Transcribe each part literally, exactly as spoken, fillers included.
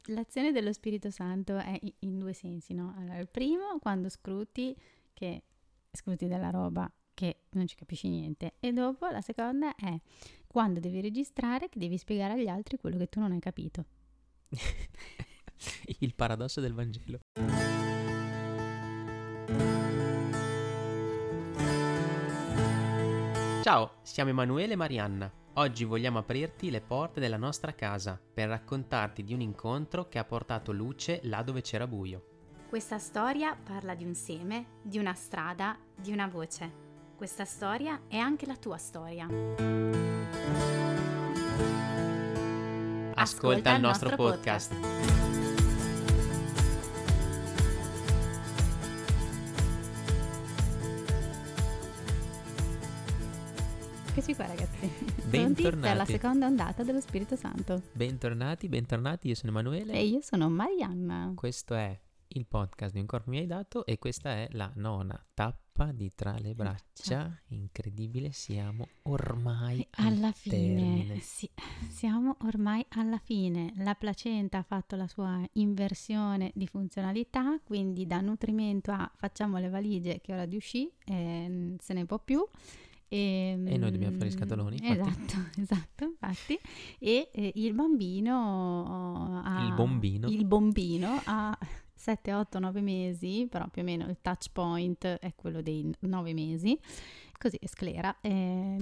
l'azione dello Spirito Santo è i- in due sensi, no? Allora, il primo, quando scruti, che scruti della roba che non ci capisci niente, e dopo la seconda è quando devi registrare che devi spiegare agli altri quello che tu non hai capito. Il paradosso del Vangelo. Ciao, siamo Emanuele e Marianna. Oggi vogliamo aprirti le porte della nostra casa per raccontarti di un incontro che ha portato luce là dove c'era buio. Questa storia parla di un seme, di una strada, di una voce. Questa storia è anche la tua storia. Ascolta il nostro podcast. Eccoci qua, ragazzi. Pronti Bentornati. per la seconda ondata dello Spirito Santo. Bentornati, bentornati, io sono Emanuele. E io sono Marianna. Questo è il podcast di Un corpo mi hai dato e questa è la nona tappa di Tra le braccia. Incredibile, siamo ormai alla al fine. termine. Sì, siamo ormai alla fine. La placenta ha fatto la sua inversione di funzionalità, quindi da nutrimento a facciamo le valigie che è ora di uscire, eh, se ne può più. E, E noi dobbiamo fare i scatoloni, infatti. Esatto, esatto, infatti. E eh, il bambino ha, Il bombino. il bombino ha sette, otto, nove mesi, però più o meno il touch point è quello dei nove mesi, così è sclera. E...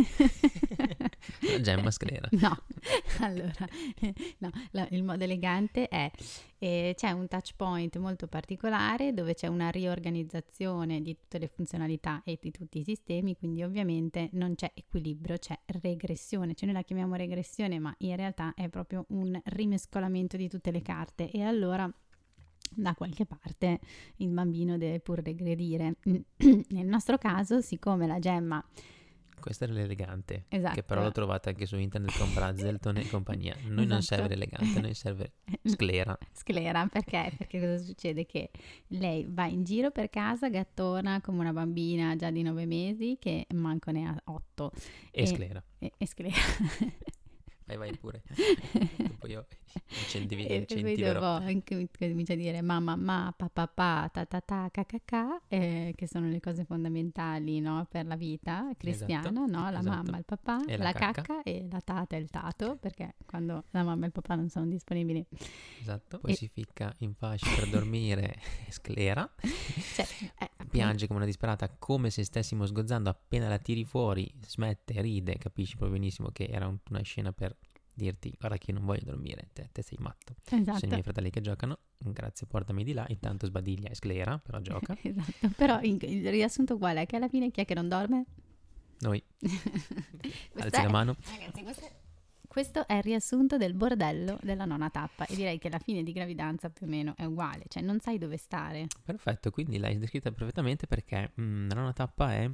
Gemma sclera. No, allora, no, la, il modo elegante è, eh, c'è un touch point molto particolare dove c'è una riorganizzazione di tutte le funzionalità e di tutti i sistemi, quindi ovviamente non c'è equilibrio, c'è regressione, cioè noi la chiamiamo regressione, ma in realtà è proprio un rimescolamento di tutte le carte e allora da qualche parte il bambino deve pur regredire. Nel nostro caso, siccome la Gemma... Questa era l'elegante, Esatto. che però l'ho trovata anche su internet con Brazelton e compagnia. Noi non Esatto. serve l'elegante, noi serve sclera. Sclera, perché? Perché cosa succede? Che lei va in giro per casa gattona come una bambina già di nove mesi che manco ne ha otto. E, e sclera. E, e sclera. Vai, vai pure. Dopo io incentivi, e, e poi dopo comincia a dire mamma, ma, papà, pa, ta, ta, ta, ca, ca, ca, eh, che sono le cose fondamentali, no, per la vita cristiana, esatto, no? La esatto. mamma, il papà, e la, la cacca. cacca e la tata e il tato, perché quando la mamma e il papà non sono disponibili. Esatto, poi e... si ficca in fascia per dormire, sclera, cioè, eh, piange come una disperata, come se stessimo sgozzando, appena la tiri fuori, smette, ride, capisci proprio benissimo che era un, una scena per dirti guarda che io non voglio dormire, te, te sei matto. Esatto. Sono i miei fratelli che giocano, grazie, portami di là, intanto sbadiglia e sclera, però gioca. Esatto, però in, il riassunto qual è? Che alla fine chi è che non dorme? Noi. Alzi la mano. Ragazzi, questo è, questo è il riassunto del bordello della nona tappa e direi che la fine di gravidanza più o meno è uguale, cioè non sai dove stare. Perfetto, quindi l'hai descritta perfettamente perché mh, la nona tappa è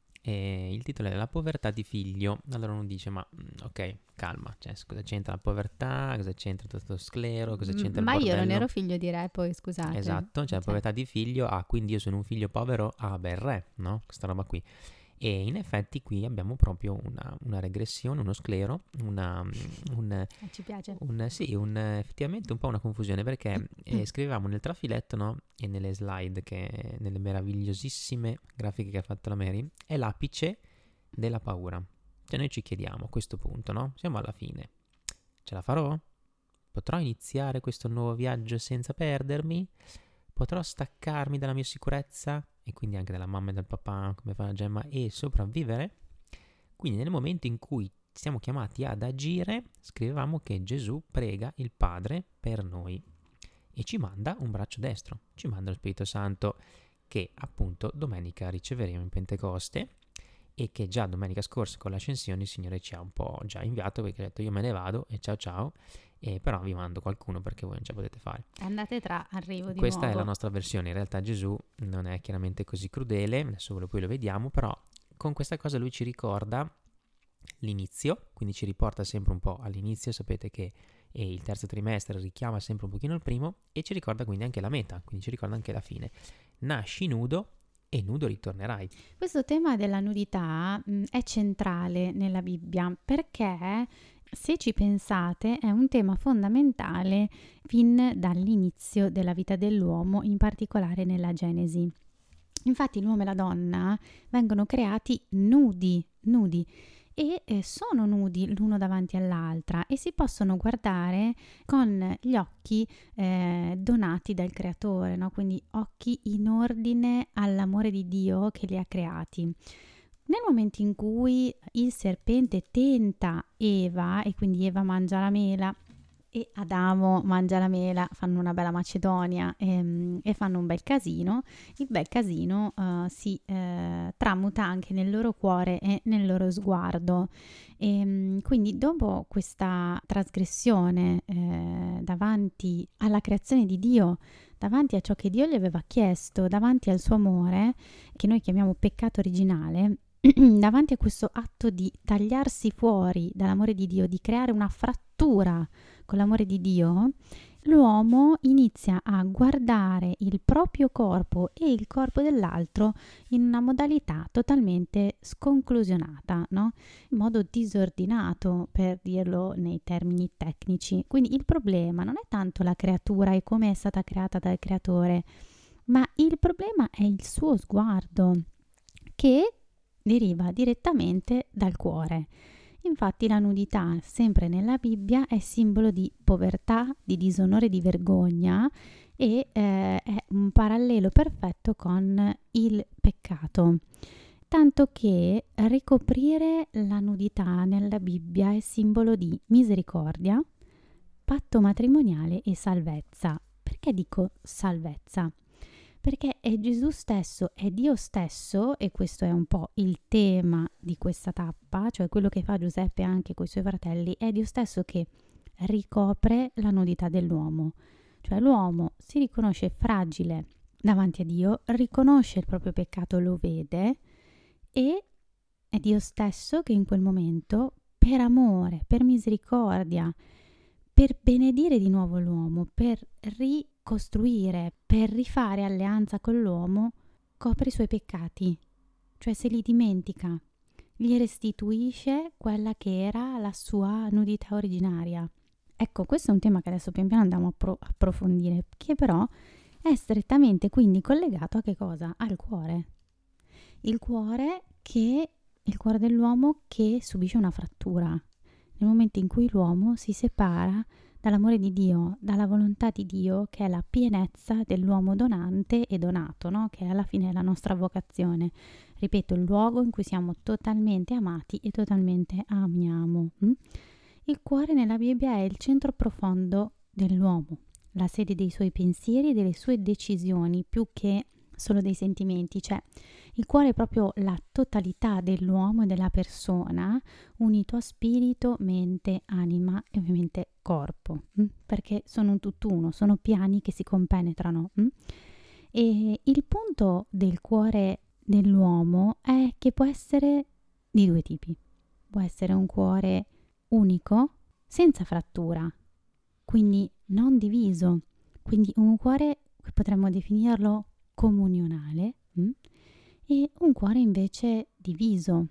E il titolo è La povertà di figlio. Allora uno dice ma ok, calma, cioè, cosa c'entra la povertà, cosa c'entra tutto questo sclero, cosa c'entra ma il bordello? io non ero figlio di re, poi scusate. Esatto, cioè, cioè la povertà di figlio, ah quindi io sono un figlio povero, ah beh il re, no? Questa roba qui. E in effetti qui abbiamo proprio una, una regressione, uno sclero, una, un, ci piace. Un, sì, un, effettivamente un po' una confusione perché eh, scrivevamo nel trafiletto, no? E nelle slide, che, nelle meravigliosissime grafiche che ha fatto la Mary, è l'apice della paura. Cioè noi ci chiediamo a questo punto, no? Siamo alla fine. Ce la farò? Potrò iniziare questo nuovo viaggio senza perdermi? Potrò staccarmi dalla mia sicurezza e quindi anche dalla mamma e dal papà, come fa la Gemma, e sopravvivere? Quindi nel momento in cui siamo chiamati ad agire, scrivevamo che Gesù prega il Padre per noi e ci manda un braccio destro, ci manda lo Spirito Santo che appunto domenica riceveremo in Pentecoste e che già domenica scorsa con l'ascensione il Signore ci ha un po' già inviato perché ha detto io me ne vado e ciao ciao, e però vi mando qualcuno perché voi non ce la potete fare. Andate tra arrivo di Questa nuovo. è la nostra versione, in realtà Gesù non è chiaramente così crudele, adesso poi lo vediamo, però con questa cosa lui ci ricorda l'inizio, quindi ci riporta sempre un po' all'inizio, sapete che il terzo trimestre richiama sempre un pochino il primo e ci ricorda quindi anche la meta, quindi ci ricorda anche la fine. Nasci nudo e nudo ritornerai. Questo tema della nudità mh, è centrale nella Bibbia perché Se ci pensate, è un tema fondamentale fin dall'inizio della vita dell'uomo, in particolare nella Genesi. Infatti l'uomo e la donna vengono creati nudi, nudi e eh, sono nudi l'uno davanti all'altra e si possono guardare con gli occhi eh, donati dal creatore, no? Quindi occhi in ordine all'amore di Dio che li ha creati. Nel momento in cui il serpente tenta Eva e quindi Eva mangia la mela e Adamo mangia la mela, fanno una bella macedonia e, e fanno un bel casino, il bel casino uh, si uh, tramuta anche nel loro cuore e nel loro sguardo. E, um, quindi dopo questa trasgressione eh, davanti alla creazione di Dio, davanti a ciò che Dio gli aveva chiesto, davanti al suo amore, che noi chiamiamo peccato originale, davanti a questo atto di tagliarsi fuori dall'amore di Dio, di creare una frattura con l'amore di Dio, l'uomo inizia a guardare il proprio corpo e il corpo dell'altro in una modalità totalmente sconclusionata, no? In modo disordinato, per dirlo nei termini tecnici. Quindi il problema non è tanto la creatura e come è stata creata dal creatore, ma il problema è il suo sguardo, che deriva direttamente dal cuore. Infatti la nudità, sempre nella Bibbia, è simbolo di povertà, di disonore, di vergogna e eh, è un parallelo perfetto con il peccato. Tanto che ricoprire la nudità nella Bibbia è simbolo di misericordia, patto matrimoniale e salvezza. Perché dico salvezza? Perché è Gesù stesso, è Dio stesso, e questo è un po' il tema di questa tappa, cioè quello che fa Giuseppe anche con i suoi fratelli, è Dio stesso che ricopre la nudità dell'uomo. Cioè l'uomo si riconosce fragile davanti a Dio, riconosce il proprio peccato, lo vede, e è Dio stesso che in quel momento, per amore, per misericordia, per benedire di nuovo l'uomo, per ricostruire, per rifare alleanza con l'uomo, copre i suoi peccati, cioè se li dimentica, gli restituisce quella che era la sua nudità originaria. Ecco, questo è un tema che adesso pian piano andiamo a pro- approfondire, che però è strettamente quindi collegato a che cosa? Al cuore. Il cuore che, il cuore dell'uomo che subisce una frattura. Nel momento in cui l'uomo si separa dall'amore di Dio, dalla volontà di Dio, che è la pienezza dell'uomo donante e donato, no? Che alla fine è la nostra vocazione. Ripeto, il luogo in cui siamo totalmente amati e totalmente amiamo. Hm? Il cuore nella Bibbia è il centro profondo dell'uomo, la sede dei suoi pensieri e delle sue decisioni, più che solo dei sentimenti. Cioè, il cuore è proprio la totalità dell'uomo e della persona, unito a spirito, mente, anima e ovviamente corpo, hm? Perché sono un tutt'uno, sono piani che si compenetrano. Hm? E il punto del cuore dell'uomo è che può essere di due tipi. Può essere un cuore unico, senza frattura, quindi non diviso, quindi un cuore che potremmo definirlo comunionale, hm? E un cuore invece diviso,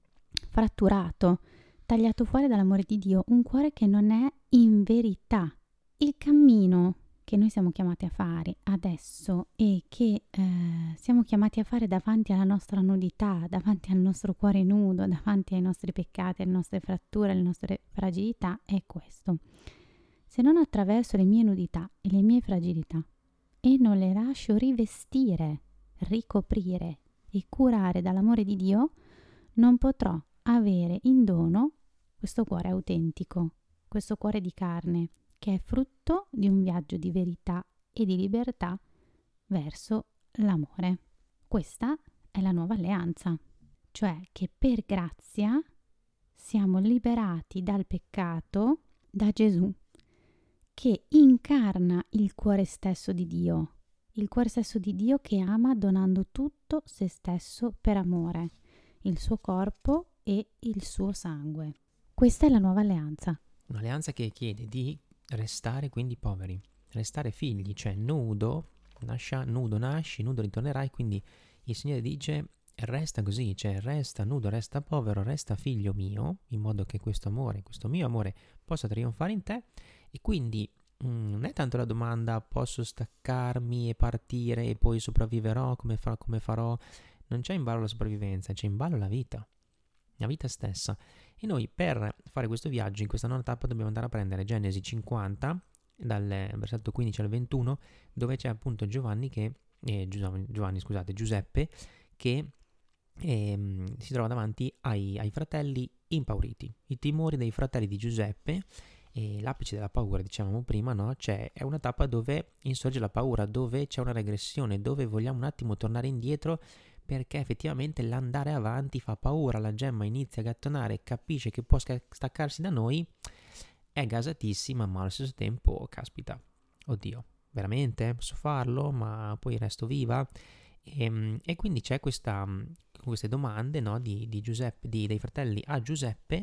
fratturato, tagliato fuori dall'amore di Dio, un cuore che non è in verità. Il cammino che noi siamo chiamati a fare adesso e che eh, siamo chiamati a fare davanti alla nostra nudità, davanti al nostro cuore nudo, davanti ai nostri peccati, alle nostre fratture, alle nostre fragilità, è questo. Se non attraverso le mie nudità e le mie fragilità e non le lascio rivestire, ricoprire e curare dall'amore di Dio, non potrò avere in dono questo cuore autentico, questo cuore di carne, che è frutto di un viaggio di verità e di libertà verso l'amore. Questa è la nuova alleanza, cioè che per grazia siamo liberati dal peccato da Gesù, che incarna il cuore stesso di Dio, il cuore stesso di Dio che ama donando tutto se stesso per amore, il suo corpo e il suo sangue. Questa è la nuova alleanza. Un'alleanza che chiede di restare quindi poveri, restare figli, cioè nudo, nascia, nudo nasci, nudo ritornerai, quindi il Signore dice resta così, cioè resta nudo, resta povero, resta figlio mio, in modo che questo amore, questo mio amore possa trionfare in te. E quindi mm, non è tanto la domanda posso staccarmi e partire e poi sopravviverò, come, fa- come farò. Non c'è in ballo la sopravvivenza, c'è in ballo la vita, la vita stessa. E noi per fare questo viaggio, in questa nona tappa, dobbiamo andare a prendere Genesi cinquanta, dal versetto quindici al ventuno, dove c'è appunto Giovanni che, eh, Giovanni, Giovanni, scusate, Giuseppe, che ehm, si trova davanti ai, ai fratelli impauriti. I timori dei fratelli di Giuseppe, e l'apice della paura, dicevamo prima, no? Cioè, è una tappa dove insorge la paura, dove c'è una regressione, dove vogliamo un attimo tornare indietro, perché effettivamente l'andare avanti fa paura. La gemma inizia a gattonare, capisce che può staccarsi da noi, è gasatissima, ma allo stesso tempo, caspita, oddio, veramente posso farlo? Ma poi resto viva? E, e quindi c'è questa, queste domande, no, di, di Giuseppe, di, dei fratelli a Giuseppe,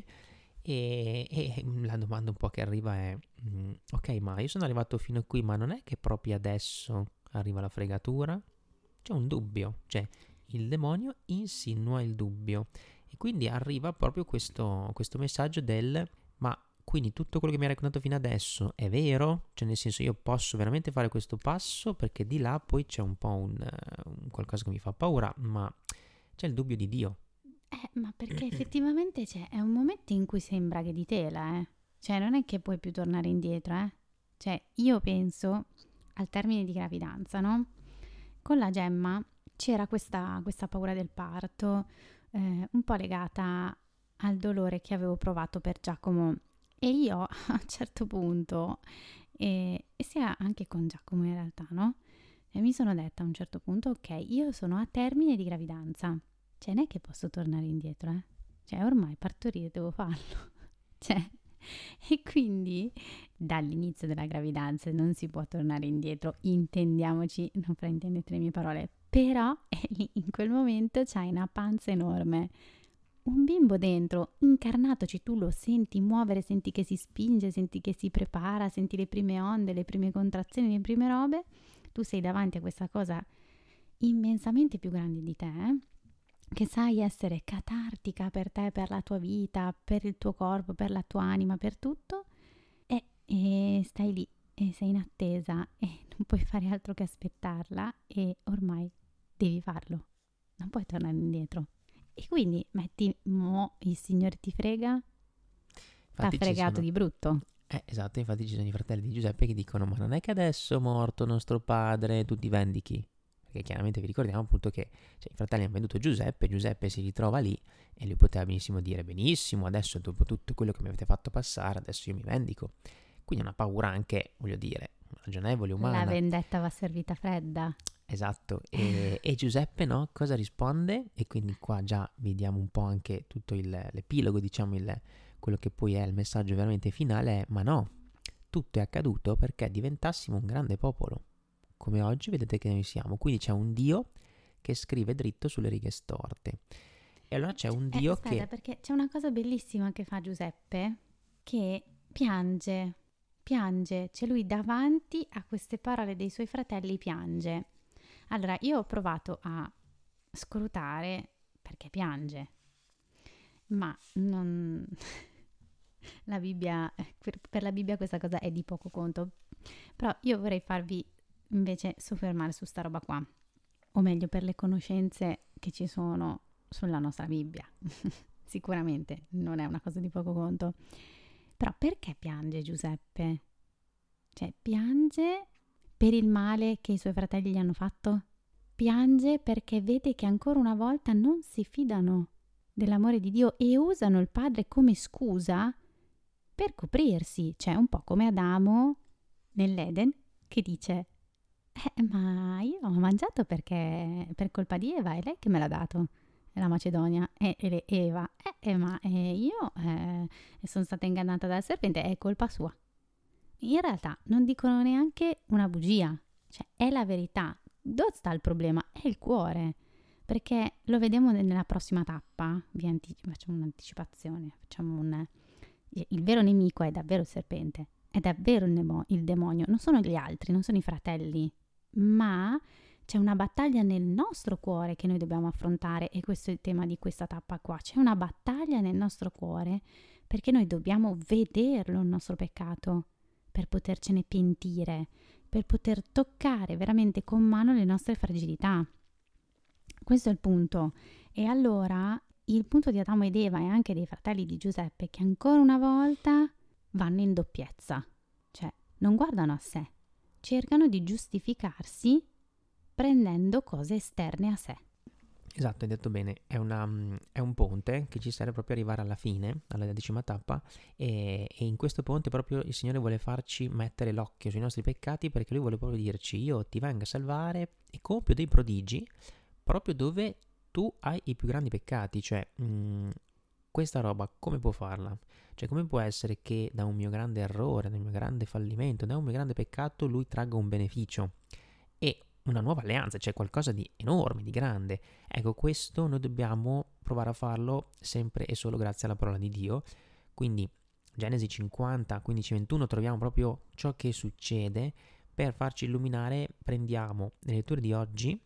e, e la domanda un po' che arriva è mm, ok, ma io sono arrivato fino a qui, ma non è che proprio adesso arriva la fregatura? C'è un dubbio, cioè il demonio insinua il dubbio, e quindi arriva proprio questo, questo messaggio del ma quindi tutto quello che mi hai raccontato fino adesso è vero? Cioè nel senso, io posso veramente fare questo passo, perché di là poi c'è un po' un, un qualcosa che mi fa paura, ma c'è il dubbio di Dio. Eh, ma perché effettivamente c'è, è un momento in cui sembra che di tela, eh. Cioè non è che puoi più tornare indietro, eh. Cioè io penso al termine di gravidanza, no? Con la Gemma c'era questa, questa paura del parto, eh, un po' legata al dolore che avevo provato per Giacomo, e io a un certo punto, e, e sia anche con Giacomo in realtà, no? E mi sono detta a un certo punto, ok, io sono a termine di gravidanza, cioè non è che posso tornare indietro, eh? Cioè ormai partorire devo farlo, cioè, e quindi dall'inizio della gravidanza non si può tornare indietro, intendiamoci, non fraintendete le mie parole, però è lì, in quel momento c'hai una panza enorme, un bimbo dentro, incarnatoci, tu lo senti muovere, senti che si spinge, senti che si prepara, senti le prime onde, le prime contrazioni, le prime robe, tu sei davanti a questa cosa immensamente più grande di te, eh? Che sai essere catartica per te, per la tua vita, per il tuo corpo, per la tua anima, per tutto, e, e stai lì e sei in attesa e non puoi fare altro che aspettarla, e ormai devi farlo, non puoi tornare indietro. E quindi metti, mo il Signore ti frega, t'ha fregato sono... di brutto. Eh, esatto, infatti ci sono i fratelli di Giuseppe che dicono ma non è che adesso morto nostro padre tu ti vendichi? Perché chiaramente vi ricordiamo appunto che cioè, i fratelli hanno venduto Giuseppe, Giuseppe si ritrova lì e lui poteva benissimo dire benissimo, adesso dopo tutto quello che mi avete fatto passare, adesso io mi vendico. Quindi una paura anche, voglio dire, ragionevole, umana. La vendetta va servita fredda. Esatto, e, e Giuseppe no? Cosa risponde? E quindi qua già vediamo un po' anche tutto il, l'epilogo, diciamo il, quello che poi è il messaggio veramente finale, è ma no, tutto è accaduto perché diventassimo un grande popolo, come oggi vedete che noi siamo. Quindi c'è un Dio che scrive dritto sulle righe storte. E allora c'è un Dio eh, aspetta, che... perché c'è una cosa bellissima che fa Giuseppe, che piange, piange, c'è lui davanti a queste parole dei suoi fratelli, piange. Allora, io ho provato a scrutare perché piange, ma non... la Bibbia, per, per la Bibbia questa cosa è di poco conto, però io vorrei farvi invece soffermare su sta roba qua, o meglio per le conoscenze che ci sono sulla nostra Bibbia. Sicuramente non è una cosa di poco conto, però perché piange Giuseppe? Cioè, piange per il male che i suoi fratelli gli hanno fatto? Piange perché vede che ancora una volta non si fidano dell'amore di Dio e usano il padre come scusa per coprirsi, cioè un po' come Adamo nell'Eden che dice eh, ma io ho mangiato perché per colpa di Eva, è lei che me l'ha dato, la Macedonia, e, e Eva, eh, eh, ma eh, io eh, sono stata ingannata dal serpente, è colpa sua. In realtà non dicono neanche una bugia, cioè è la verità. Dove sta il problema? È il cuore, perché lo vediamo nella prossima tappa, vi anticipo, facciamo un'anticipazione, facciamo un... il vero nemico è davvero il serpente, è davvero il, nemo, il demonio, non sono gli altri, non sono i fratelli, ma c'è una battaglia nel nostro cuore che noi dobbiamo affrontare, e questo è il tema di questa tappa qua. C'è una battaglia nel nostro cuore perché noi dobbiamo vederlo il nostro peccato per potercene pentire, per poter toccare veramente con mano le nostre fragilità. Questo è il punto. E allora il punto di Adamo ed Eva e anche dei fratelli di Giuseppe, che ancora una volta vanno in doppiezza, cioè non guardano a sé, cercano di giustificarsi prendendo cose esterne a sé. Esatto, hai detto bene, è, una, è un ponte che ci serve proprio arrivare alla fine, alla decima tappa, e, e in questo ponte proprio il Signore vuole farci mettere l'occhio sui nostri peccati, perché Lui vuole proprio dirci: io ti vengo a salvare e compio dei prodigi proprio dove tu hai i più grandi peccati. Cioè, mh, questa roba come può farla? Cioè, come può essere che da un mio grande errore, da un mio grande fallimento, da un mio grande peccato Lui tragga un beneficio e una nuova alleanza, cioè qualcosa di enorme, di grande? Ecco, questo noi dobbiamo provare a farlo sempre e solo grazie alla parola di Dio. Quindi Genesi cinquanta, quindici ventuno troviamo proprio ciò che succede. Per farci illuminare prendiamo le letture di oggi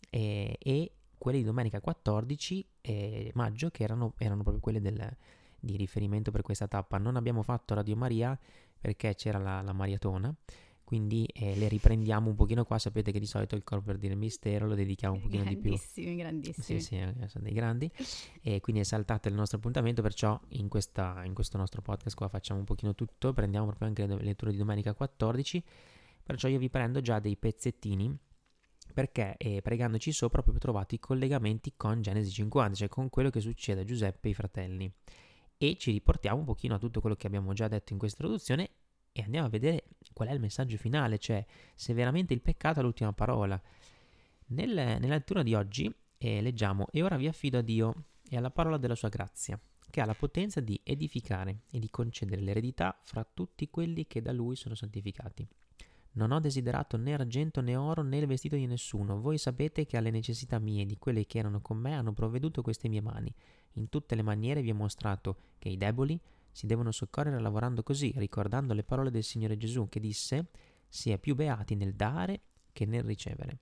e, e quelle di domenica quattordici eh, maggio, che erano, erano proprio quelle del, di riferimento per questa tappa. Non abbiamo fatto Radio Maria perché c'era la, la maratona, quindi eh, le riprendiamo un pochino qua. Sapete che di solito il Corpo per dire mistero lo dedichiamo un pochino di più. Grandissimi, grandissimi. Sì, sì, sono dei grandi. E quindi è saltato il nostro appuntamento, perciò in, questa, in questo nostro podcast qua facciamo un pochino tutto, prendiamo proprio anche le letture di domenica quattordici. Perciò io vi prendo già dei pezzettini, perché eh, pregandoci sopra proprio trovate i collegamenti con Genesi cinquanta, cioè con quello che succede a Giuseppe e ai fratelli, e ci riportiamo un pochino a tutto quello che abbiamo già detto in questa introduzione e andiamo a vedere qual è il messaggio finale, cioè se veramente il peccato ha l'ultima parola. Nel, nella lettura di oggi eh, leggiamo: e ora vi affido a Dio e alla parola della sua grazia, che ha la potenza di edificare e di concedere l'eredità fra tutti quelli che da lui sono santificati. Non ho desiderato né argento né oro né il vestito di nessuno. Voi sapete che alle necessità mie e di quelle che erano con me hanno provveduto queste mie mani. In tutte le maniere vi ho mostrato che i deboli si devono soccorrere lavorando così, ricordando le parole del Signore Gesù, che disse: si è più beati nel dare che nel ricevere.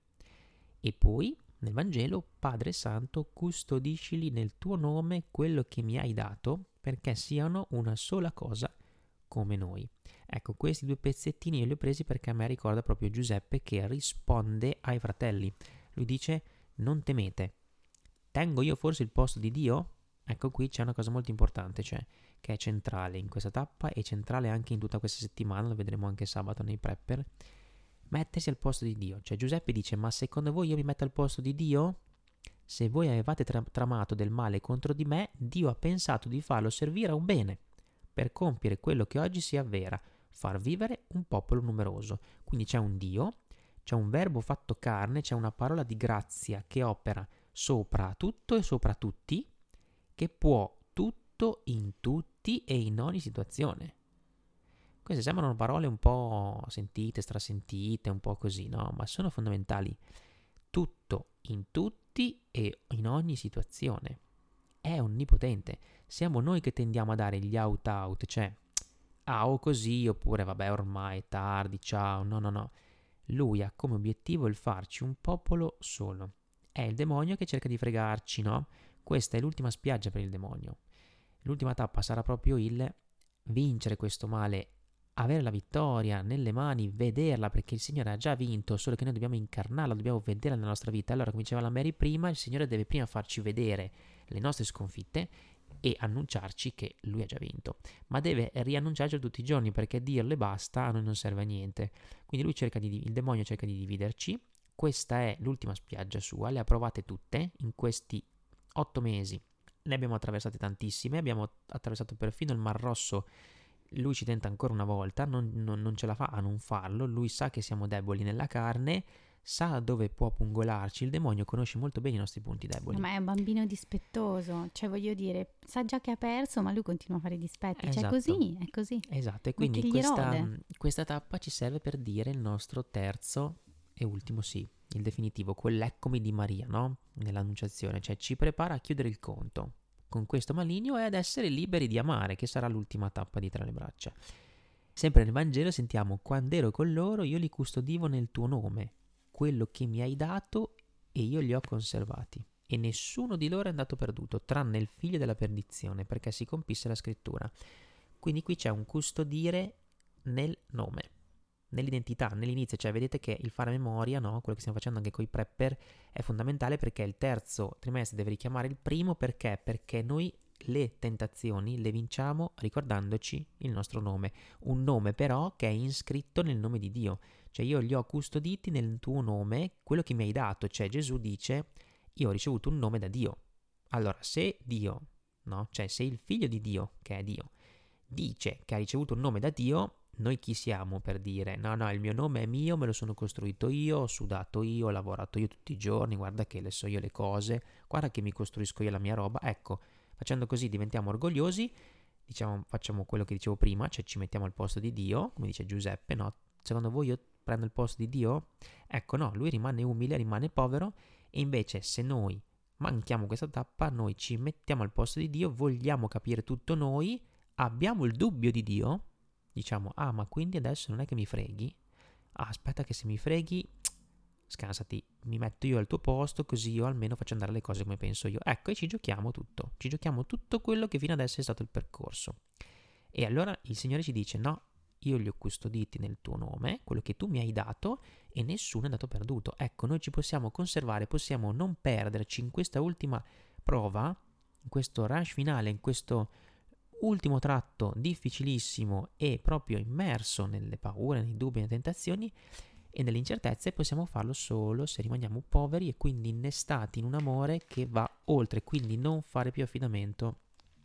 E poi nel Vangelo: Padre Santo, custodiscili nel tuo nome quello che mi hai dato, perché siano una sola cosa come noi. Ecco, questi due pezzettini io li ho presi perché a me ricorda proprio Giuseppe che risponde ai fratelli. Lui dice: non temete, tengo io forse il posto di Dio? Ecco, qui c'è una cosa molto importante, cioè che è centrale in questa tappa e centrale anche in tutta questa settimana, lo vedremo anche sabato nei prepper. Mettersi al posto di Dio. Cioè Giuseppe dice: ma secondo voi io mi metto al posto di Dio? Se voi avevate tra- tramato del male contro di me, Dio ha pensato di farlo servire a un bene, per compiere quello che oggi si avvera, far vivere un popolo numeroso. Quindi c'è un Dio, c'è un verbo fatto carne, c'è una parola di grazia che opera sopra tutto e sopra tutti, che può tutto in tutti e in ogni situazione. Queste sembrano parole un po' sentite, strasentite, un po' così, no? Ma sono fondamentali. Tutto in tutti e in ogni situazione. È onnipotente. Siamo noi che tendiamo a dare gli out-out, cioè, ah, o così, oppure vabbè, ormai è tardi, ciao. No, no, no. Lui ha come obiettivo il farci un popolo solo. È il demonio che cerca di fregarci, no? Questa è l'ultima spiaggia per il demonio. L'ultima tappa sarà proprio il vincere questo male, avere la vittoria nelle mani, vederla, perché il Signore ha già vinto, solo che noi dobbiamo incarnarla, dobbiamo vederla nella nostra vita. Allora, come diceva la Mary prima, il Signore deve prima farci vedere le nostre sconfitte e annunciarci che Lui ha già vinto, ma deve riannunciarci tutti i giorni, perché dirle basta a noi non serve a niente. Quindi lui cerca di, il demonio cerca di dividerci. Questa è l'ultima spiaggia sua, le ha provate tutte in questi otto mesi, ne abbiamo attraversate tantissime, abbiamo attraversato perfino il Mar Rosso. Lui ci tenta ancora una volta, non, non, non ce la fa a non farlo. Lui sa che siamo deboli nella carne, sa dove può pungolarci. Il demonio conosce molto bene i nostri punti deboli. No, ma è un bambino dispettoso, cioè voglio dire, sa già che ha perso, ma lui continua a fare i dispetti. Esatto. Cioè così, è così. Esatto, e quindi questa, questa tappa ci serve per dire il nostro terzo e ultimo sì, il definitivo, quell'eccomi di Maria, no? Nell'annunciazione, cioè ci prepara a chiudere il conto con questo maligno e ad essere liberi di amare, che sarà l'ultima tappa di Tra le braccia. Sempre nel Vangelo sentiamo: quando ero con loro io li custodivo nel tuo nome, quello che mi hai dato e io li ho conservati. E nessuno di loro è andato perduto, tranne il figlio della perdizione, perché si compisse la scrittura. Quindi qui c'è un custodire nel nome, nell'identità, nell'inizio. Cioè vedete che il fare memoria, no? Quello che stiamo facendo anche con i prepper, è fondamentale, perché il terzo trimestre deve richiamare il primo. Perché? Perché noi le tentazioni le vinciamo ricordandoci il nostro nome, un nome però che è iscritto nel nome di Dio. Cioè io li ho custoditi nel tuo nome, quello che mi hai dato. Cioè Gesù dice: io ho ricevuto un nome da Dio. Allora se Dio, no? Cioè se il figlio di Dio, che è Dio, dice che ha ricevuto un nome da Dio, noi chi siamo per dire no no il mio nome è mio, me lo sono costruito io, ho sudato io, ho lavorato io tutti i giorni, guarda che le so io le cose, guarda che mi costruisco io la mia roba. Ecco, facendo così diventiamo orgogliosi, diciamo, facciamo quello che dicevo prima, cioè ci mettiamo al posto di Dio, come dice Giuseppe, no? Secondo voi io prendo il posto di Dio? Ecco, no, lui rimane umile, rimane povero. E invece se noi manchiamo questa tappa, noi ci mettiamo al posto di Dio, vogliamo capire tutto noi, abbiamo il dubbio di Dio, diciamo: ah, ma quindi adesso non è che mi freghi? Ah, aspetta che se mi freghi, scansati, mi metto io al tuo posto, così io almeno faccio andare le cose come penso io. Ecco, e ci giochiamo tutto, ci giochiamo tutto quello che fino adesso è stato il percorso. E allora il Signore ci dice: no, io li ho custoditi nel tuo nome, quello che tu mi hai dato, e nessuno è andato perduto. Ecco, noi ci possiamo conservare, possiamo non perderci in questa ultima prova, in questo rush finale, in questo ultimo tratto difficilissimo e proprio immerso nelle paure, nei dubbi, nelle tentazioni e nelle incertezze. Possiamo farlo solo se rimaniamo poveri e quindi innestati in un amore che va oltre, quindi non fare più affidamento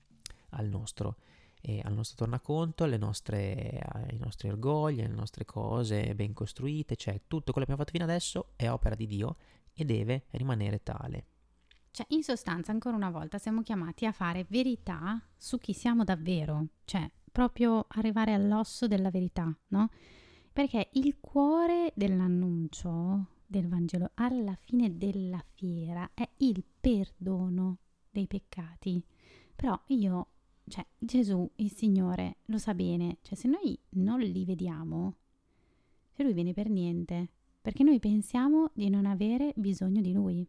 al nostro E al nostro tornaconto, alle nostre, ai nostri orgogli, alle nostre cose ben costruite. Cioè tutto quello che abbiamo fatto fino adesso è opera di Dio e deve rimanere tale. Cioè, in sostanza, ancora una volta, siamo chiamati a fare verità su chi siamo davvero. Cioè, proprio arrivare all'osso della verità, no? Perché il cuore dell'annuncio del Vangelo alla fine della fiera è il perdono dei peccati. Però io... Cioè, Gesù, il Signore, lo sa bene. Cioè, se noi non li vediamo, se Lui viene per niente, perché noi pensiamo di non avere bisogno di Lui.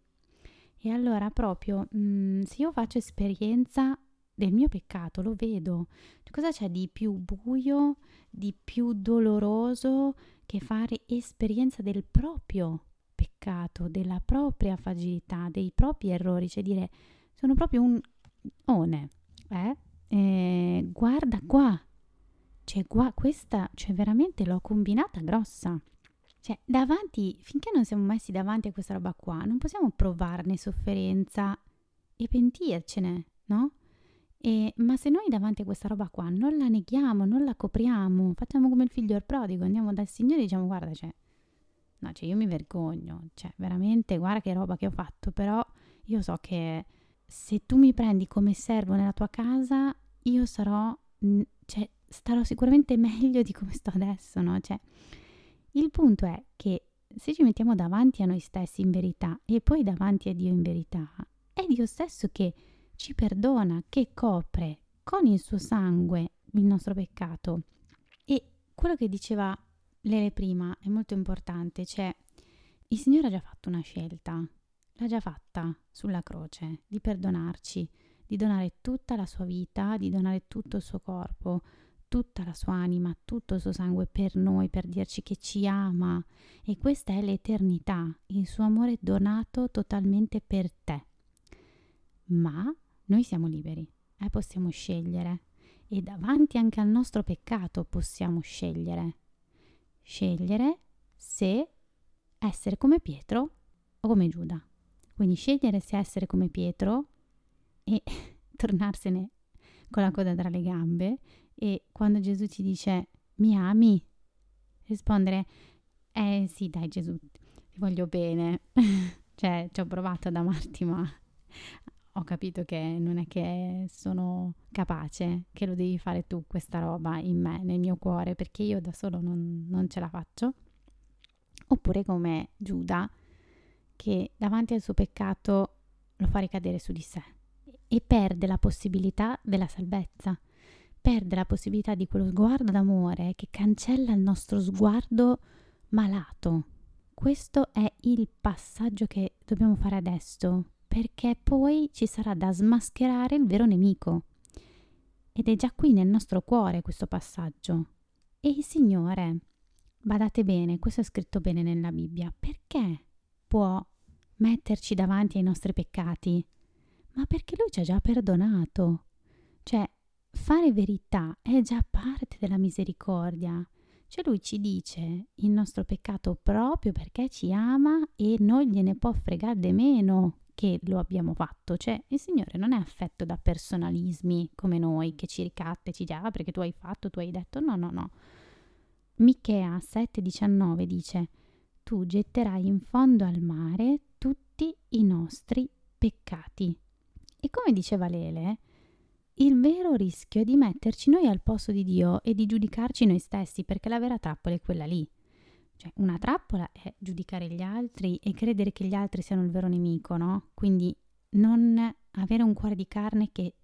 E allora proprio, mh, se io faccio esperienza del mio peccato, lo vedo. Cioè, cosa c'è di più buio, di più doloroso che fare esperienza del proprio peccato, della propria fragilità, dei propri errori? Cioè dire, sono proprio un one, eh? Eh, guarda qua, cioè qua, questa, cioè veramente l'ho combinata grossa. Cioè davanti, finché non siamo messi davanti a questa roba qua, non possiamo provarne sofferenza e pentircene, no? E, ma se noi davanti a questa roba qua non la neghiamo, non la copriamo, facciamo come il figlio del prodigo, andiamo dal Signore e diciamo: guarda, cioè, no, cioè io mi vergogno, cioè veramente, guarda che roba che ho fatto, però io so che se tu mi prendi come servo nella tua casa, io sarò, cioè, starò sicuramente meglio di come sto adesso, no? Cioè, il punto è che se ci mettiamo davanti a noi stessi in verità e poi davanti a Dio in verità, è Dio stesso che ci perdona, che copre con il suo sangue il nostro peccato. E quello che diceva Lele prima è molto importante, cioè il Signore ha già fatto una scelta, l'ha già fatta sulla croce, di perdonarci, di donare tutta la sua vita, di donare tutto il suo corpo, tutta la sua anima, tutto il suo sangue per noi, per dirci che ci ama. E questa è l'eternità, il suo amore donato totalmente per te. Ma noi siamo liberi, eh, possiamo scegliere. E davanti anche al nostro peccato possiamo scegliere. Scegliere se essere come Pietro o come Giuda. Quindi scegliere se essere come Pietro e tornarsene con la coda tra le gambe, e quando Gesù ci dice mi ami, rispondere eh sì dai Gesù, ti voglio bene, cioè ci ho provato ad amarti ma ho capito che non è che sono capace, che lo devi fare tu questa roba in me, nel mio cuore, perché io da solo non, non ce la faccio. Oppure come Giuda, che davanti al suo peccato lo fa ricadere su di sé e perde la possibilità della salvezza, perde la possibilità di quello sguardo d'amore che cancella il nostro sguardo malato, questo è il passaggio che dobbiamo fare adesso, perché poi ci sarà da smascherare il vero nemico. Ed è già qui nel nostro cuore questo passaggio. E il Signore, badate bene, questo è scritto bene nella Bibbia, perché può metterci davanti ai nostri peccati? Ma perché Lui ci ha già perdonato. Cioè, fare verità è già parte della misericordia. Cioè Lui ci dice il nostro peccato proprio perché ci ama e non gliene può fregare di meno che lo abbiamo fatto. Cioè il Signore non è affetto da personalismi come noi, che ci ricatta e ci dice ah perché tu hai fatto, tu hai detto. No, no, no. Michea sette diciannove dice tu getterai in fondo al mare tutti i nostri peccati. E come diceva Lele, il vero rischio è di metterci noi al posto di Dio e di giudicarci noi stessi, perché la vera trappola è quella lì. Cioè, una trappola è giudicare gli altri e credere che gli altri siano il vero nemico, no? Quindi non avere un cuore di carne che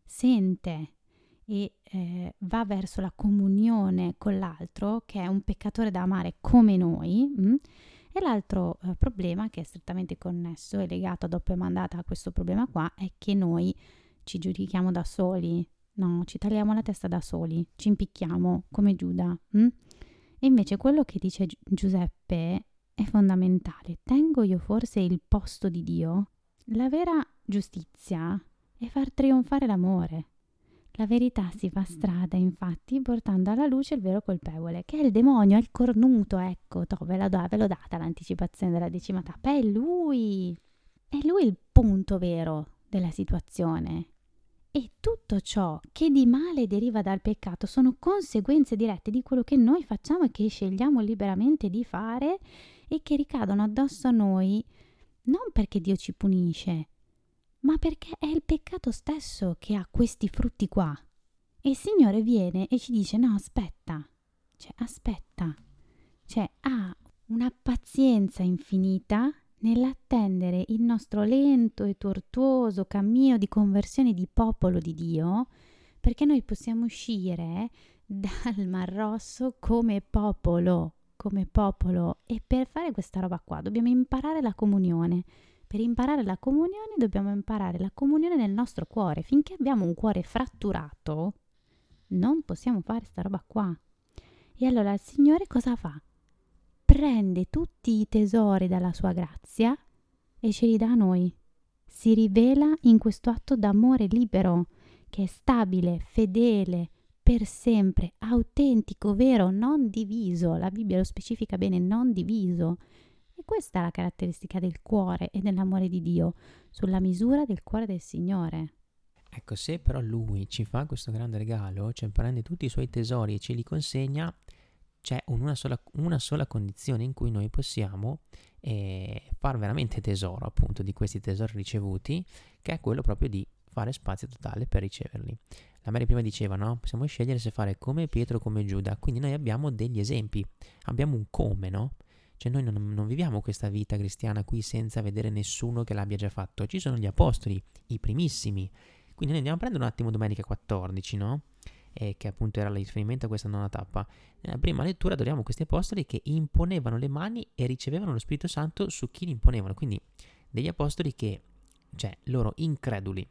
sente e eh, va verso la comunione con l'altro, che è un peccatore da amare come noi. Mh? E l'altro eh, problema, che è strettamente connesso e legato a doppia mandata a questo problema qua, è che noi ci giudichiamo da soli, no, ci tagliamo la testa da soli, ci impicchiamo come Giuda. Hm? E invece quello che dice Gi- Giuseppe è fondamentale. Tengo io forse il posto di Dio? La vera giustizia è far trionfare l'amore. La verità si fa strada, infatti, portando alla luce il vero colpevole, che è il demonio, è il cornuto, ecco, to, ve, la do, ve l'ho data l'anticipazione della decima tappa, è lui, è lui il punto vero della situazione. E tutto ciò che di male deriva dal peccato sono conseguenze dirette di quello che noi facciamo e che scegliamo liberamente di fare e che ricadono addosso a noi non perché Dio ci punisce, ma perché è il peccato stesso che ha questi frutti qua. E il Signore viene e ci dice no, aspetta, cioè aspetta, cioè ha una pazienza infinita nell'attendere il nostro lento e tortuoso cammino di conversione di popolo di Dio, perché noi possiamo uscire dal Mar Rosso come popolo, come popolo. E per fare questa roba qua dobbiamo imparare la comunione. Per imparare la comunione dobbiamo imparare la comunione nel nostro cuore. Finché abbiamo un cuore fratturato, non possiamo fare sta roba qua. E allora il Signore cosa fa? Prende tutti i tesori dalla sua grazia e ce li dà a noi. Si rivela in questo atto d'amore libero, che è stabile, fedele, per sempre, autentico, vero, non diviso. La Bibbia lo specifica bene, non diviso. E questa è la caratteristica del cuore e dell'amore di Dio, sulla misura del cuore del Signore. Ecco, se però Lui ci fa questo grande regalo, cioè prende tutti i suoi tesori e ce li consegna, c'è una sola, una sola condizione in cui noi possiamo eh, far veramente tesoro appunto di questi tesori ricevuti, che è quello proprio di fare spazio totale per riceverli. La Mary prima diceva, no? Possiamo scegliere se fare come Pietro o come Giuda, quindi noi abbiamo degli esempi, abbiamo un come, no? Cioè noi non, non viviamo questa vita cristiana qui senza vedere nessuno che l'abbia già fatto. Ci sono gli apostoli, i primissimi. Quindi noi andiamo a prendere un attimo Domenica quattordici, no? Eh, che appunto era il riferimento a questa nona tappa. Nella prima lettura troviamo questi apostoli che imponevano le mani e ricevevano lo Spirito Santo su chi li imponevano. Quindi degli apostoli che, cioè loro increduli,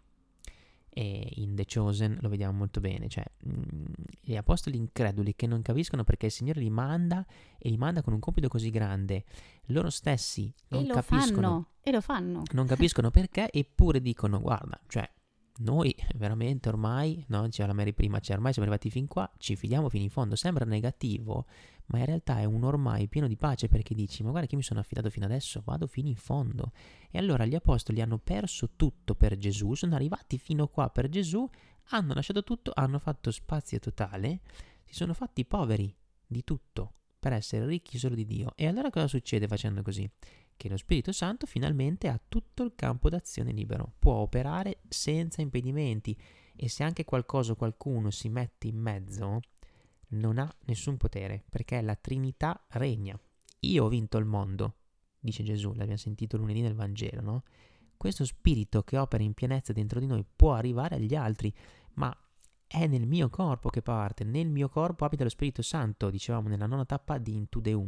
e in The Chosen lo vediamo molto bene, cioè mh, gli apostoli increduli che non capiscono perché il Signore li manda e li manda con un compito così grande, loro stessi non e lo capiscono, fanno, e lo fanno. non capiscono perché, eppure dicono guarda, cioè noi veramente ormai, no, diceva la Mary prima, cioè ormai siamo arrivati fin qua, ci fidiamo fino in fondo. Sembra negativo, ma in realtà è un ormai pieno di pace, perché dici ma guarda che mi sono affidato fino adesso, vado fino in fondo. E allora gli apostoli hanno perso tutto per Gesù, sono arrivati fino qua per Gesù, hanno lasciato tutto, hanno fatto spazio totale, si sono fatti poveri di tutto per essere ricchi solo di Dio. E allora cosa succede facendo così? Che lo Spirito Santo finalmente ha tutto il campo d'azione libero, può operare senza impedimenti, e se anche qualcosa o qualcuno si mette in mezzo non ha nessun potere, perché la Trinità regna. Io ho vinto il mondo, dice Gesù, l'abbiamo sentito lunedì nel Vangelo, no? Questo spirito che opera in pienezza dentro di noi può arrivare agli altri, ma è nel mio corpo che parte, nel mio corpo abita lo Spirito Santo, dicevamo nella nona tappa di Into the Womb.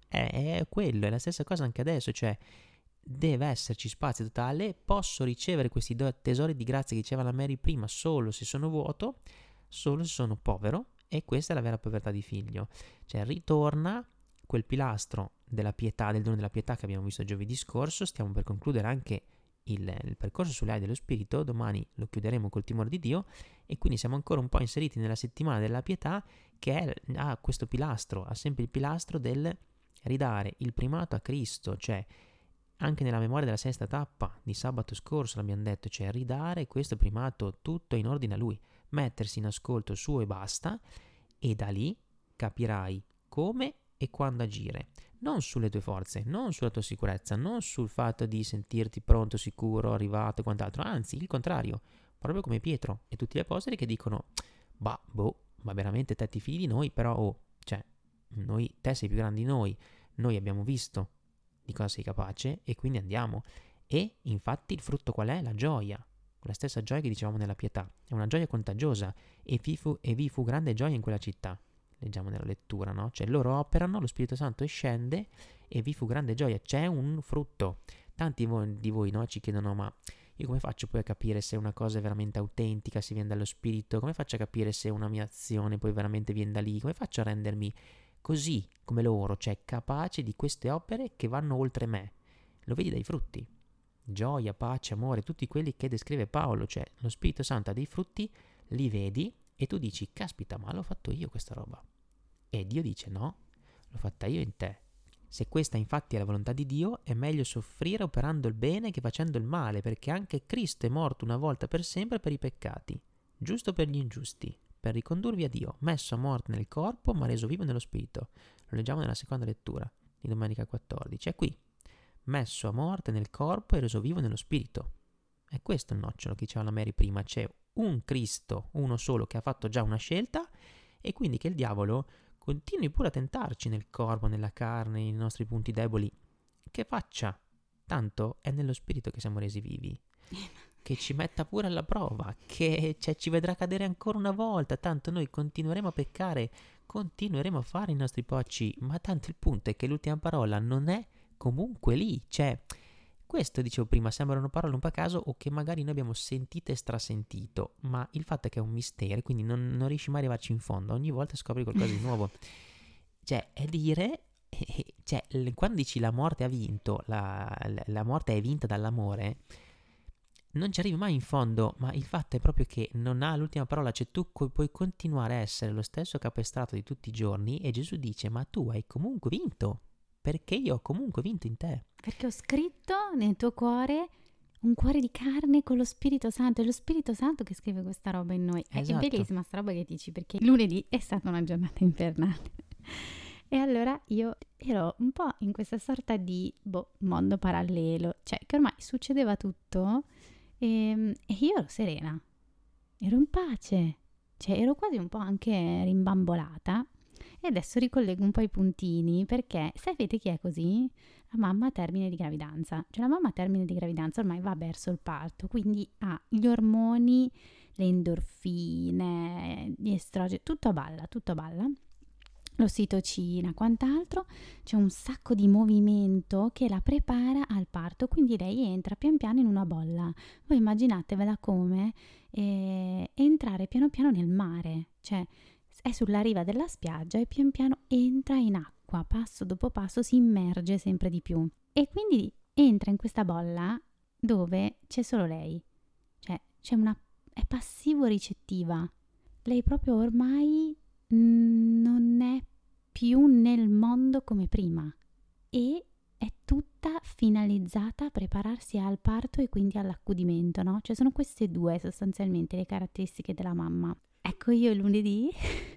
è, è quello, è la stessa cosa anche adesso, cioè deve esserci spazio totale, posso ricevere questi do- tesori di grazia che diceva la Mary prima solo se sono vuoto, solo se sono povero, e questa è la vera povertà di figlio, cioè ritorna quel pilastro della pietà, del dono della pietà che abbiamo visto giovedì scorso. Stiamo per concludere anche il, il percorso sulle ali dello spirito, domani lo chiuderemo col timore di Dio, e quindi siamo ancora un po' inseriti nella settimana della pietà, che è, ha questo pilastro, ha sempre il pilastro del ridare il primato a Cristo, cioè anche nella memoria della sesta tappa di sabato scorso l'abbiamo detto, cioè ridare questo primato tutto in ordine a Lui, mettersi in ascolto suo e basta, e da lì capirai come e quando agire, non sulle tue forze, non sulla tua sicurezza, non sul fatto di sentirti pronto, sicuro, arrivato e quant'altro, anzi il contrario, proprio come Pietro e tutti gli apostoli che dicono, bah, boh, ma veramente te ti fidi di noi, però oh, cioè, noi, te sei più grande di noi, noi abbiamo visto di cosa sei capace e quindi andiamo. E infatti il frutto qual è? La gioia, la stessa gioia che dicevamo nella pietà, è una gioia contagiosa, e vi fu, e vi fu grande gioia in quella città. Leggiamo nella lettura, no? Cioè loro operano, lo Spirito Santo scende e vi fu grande gioia, c'è un frutto. Tanti di voi, no, ci chiedono, ma io come faccio poi a capire se una cosa è veramente autentica, se viene dallo Spirito? Come faccio a capire se una mia azione poi veramente viene da lì? Come faccio a rendermi così come loro, cioè capace di queste opere che vanno oltre me? Lo vedi dai frutti. Gioia, pace, amore, tutti quelli che descrive Paolo, cioè lo Spirito Santo ha dei frutti, li vedi e tu dici, caspita, ma l'ho fatto io questa roba. E Dio dice, no, l'ho fatta io in te. Se questa infatti è la volontà di Dio, è meglio soffrire operando il bene che facendo il male, perché anche Cristo è morto una volta per sempre per i peccati, giusto per gli ingiusti, per ricondurvi a Dio, messo a morte nel corpo, ma reso vivo nello spirito. Lo leggiamo nella seconda lettura di domenica quattordici. È qui, messo a morte nel corpo e reso vivo nello spirito. È questo il nocciolo che diceva la Mary prima, c'è un Cristo, uno solo, che ha fatto già una scelta, e quindi che il diavolo continui pure a tentarci nel corpo, nella carne, nei nostri punti deboli, che faccia, tanto è nello spirito che siamo resi vivi, che ci metta pure alla prova, che cioè, ci vedrà cadere ancora una volta, tanto noi continueremo a peccare, continueremo a fare i nostri pocci, ma tanto il punto è che l'ultima parola non è comunque lì, cioè questo dicevo prima, sembrano parole un po' a caso o che magari noi abbiamo sentito e strasentito, ma il fatto è che è un mistero, quindi non, non riesci mai a arrivarci in fondo, ogni volta scopri qualcosa di nuovo. Cioè, è dire, eh, cioè, quando dici la morte ha vinto, la, la morte è vinta dall'amore, non ci arrivi mai in fondo, ma il fatto è proprio che non ha l'ultima parola, cioè tu co- puoi continuare a essere lo stesso capestrato di tutti i giorni e Gesù dice, ma tu hai comunque vinto, perché io ho comunque vinto in te. Perché ho scritto nel tuo cuore un cuore di carne con lo Spirito Santo. È lo Spirito Santo che scrive questa roba in noi. Esatto. È bellissima sta roba che dici, perché lunedì è stata una giornata infernale. E allora io ero un po' in questa sorta di boh, mondo parallelo, cioè che ormai succedeva tutto e, e io ero serena, ero in pace, cioè ero quasi un po' anche rimbambolata. E adesso ricollego un po' i puntini, perché sapete chi è così? La mamma a termine di gravidanza. Cioè la mamma a termine di gravidanza ormai va verso il parto, quindi ha gli ormoni, le endorfine, gli estrogeni, tutto a balla, tutto a balla. L'ossitocina, quant'altro, c'è un sacco di movimento che la prepara al parto, quindi lei entra pian piano in una bolla. Voi immaginatevela come eh, entrare piano piano nel mare, cioè è sulla riva della spiaggia e pian piano entra in acqua, passo dopo passo si immerge sempre di più e quindi entra in questa bolla dove c'è solo lei, cioè c'è una, è passivo ricettiva, lei proprio ormai mh, non è più nel mondo come prima e è tutta finalizzata a prepararsi al parto e quindi all'accudimento, no? Cioè sono queste due sostanzialmente le caratteristiche della mamma. Ecco, io lunedì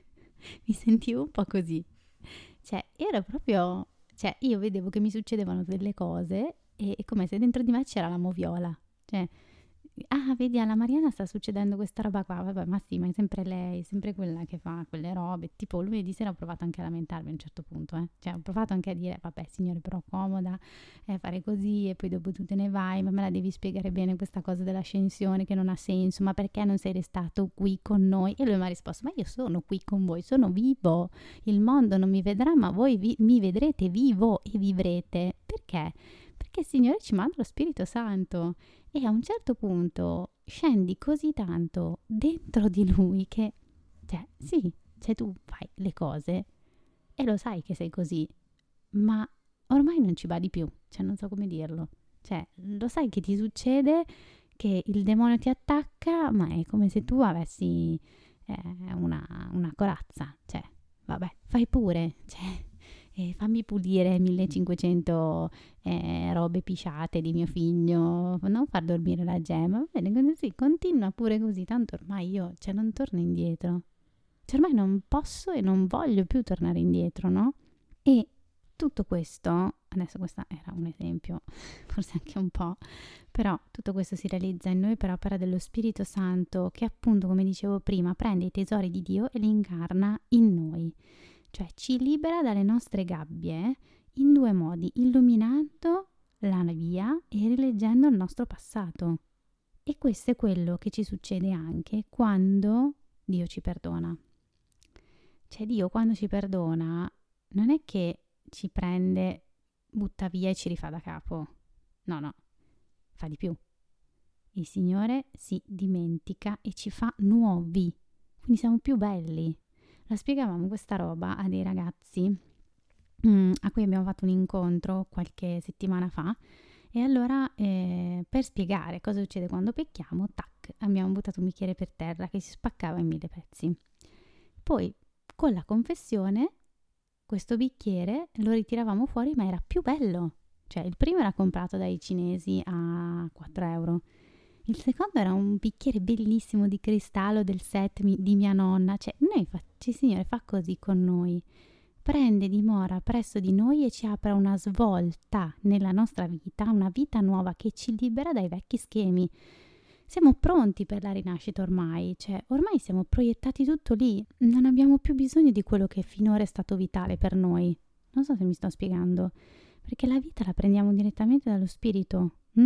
mi sentivo un po' così, cioè era proprio, cioè io vedevo che mi succedevano delle cose e è come se dentro di me c'era la moviola, cioè ah, vedi, alla Mariana sta succedendo questa roba qua, vabbè, ma sì, ma è sempre lei, è sempre quella che fa quelle robe, tipo lunedì sera ho provato anche a lamentarmi a un certo punto, eh, cioè ho provato anche a dire, vabbè signore, però comoda, eh, fare così e poi dopo tu te ne vai, ma me la devi spiegare bene questa cosa dell'ascensione che non ha senso, ma perché non sei restato qui con noi? E lui mi ha risposto, ma io sono qui con voi, sono vivo, il mondo non mi vedrà, ma voi vi- mi vedrete vivo e vivrete, perché? Perché il Signore ci manda lo Spirito Santo e a un certo punto scendi così tanto dentro di Lui che, cioè, sì, cioè tu fai le cose e lo sai che sei così, ma ormai non ci badi più, cioè non so come dirlo. Cioè, lo sai che ti succede, che il demonio ti attacca, ma è come se tu avessi eh, una, una corazza, cioè, vabbè, fai pure, cioè, eh, fammi pulire millecinquecento eh, robe pisciate di mio figlio, non far dormire la gemma, va bene, così, continua pure così, tanto ormai io, cioè, non torno indietro. Cioè, ormai non posso e non voglio più tornare indietro, no? E tutto questo, adesso questo era un esempio, forse anche un po', però tutto questo si realizza in noi per opera dello Spirito Santo che appunto, come dicevo prima, prende i tesori di Dio e li incarna in noi. Cioè ci libera dalle nostre gabbie in due modi, illuminando la via e rileggendo il nostro passato. E questo è quello che ci succede anche quando Dio ci perdona. Cioè Dio quando ci perdona non è che ci prende, butta via e ci rifà da capo. No, no, fa di più. Il Signore si dimentica e ci fa nuovi, quindi siamo più belli. La spiegavamo questa roba a dei ragazzi mm, a cui abbiamo fatto un incontro qualche settimana fa e allora eh, per spiegare cosa succede quando pecchiamo, tac, abbiamo buttato un bicchiere per terra che si spaccava in mille pezzi. Poi con la confessione questo bicchiere lo ritiravamo fuori ma era più bello. Cioè il primo era comprato dai cinesi a quattro euro. Il secondo era un bicchiere bellissimo di cristallo del set mi- di mia nonna. Cioè, noi fa- il Signore fa così con noi. Prende dimora presso di noi e ci apre una svolta nella nostra vita, una vita nuova che ci libera dai vecchi schemi. Siamo pronti per la rinascita ormai, cioè ormai siamo proiettati tutto lì, non abbiamo più bisogno di quello che finora è stato vitale per noi. Non so se mi sto spiegando, perché la vita la prendiamo direttamente dallo Spirito. Hm?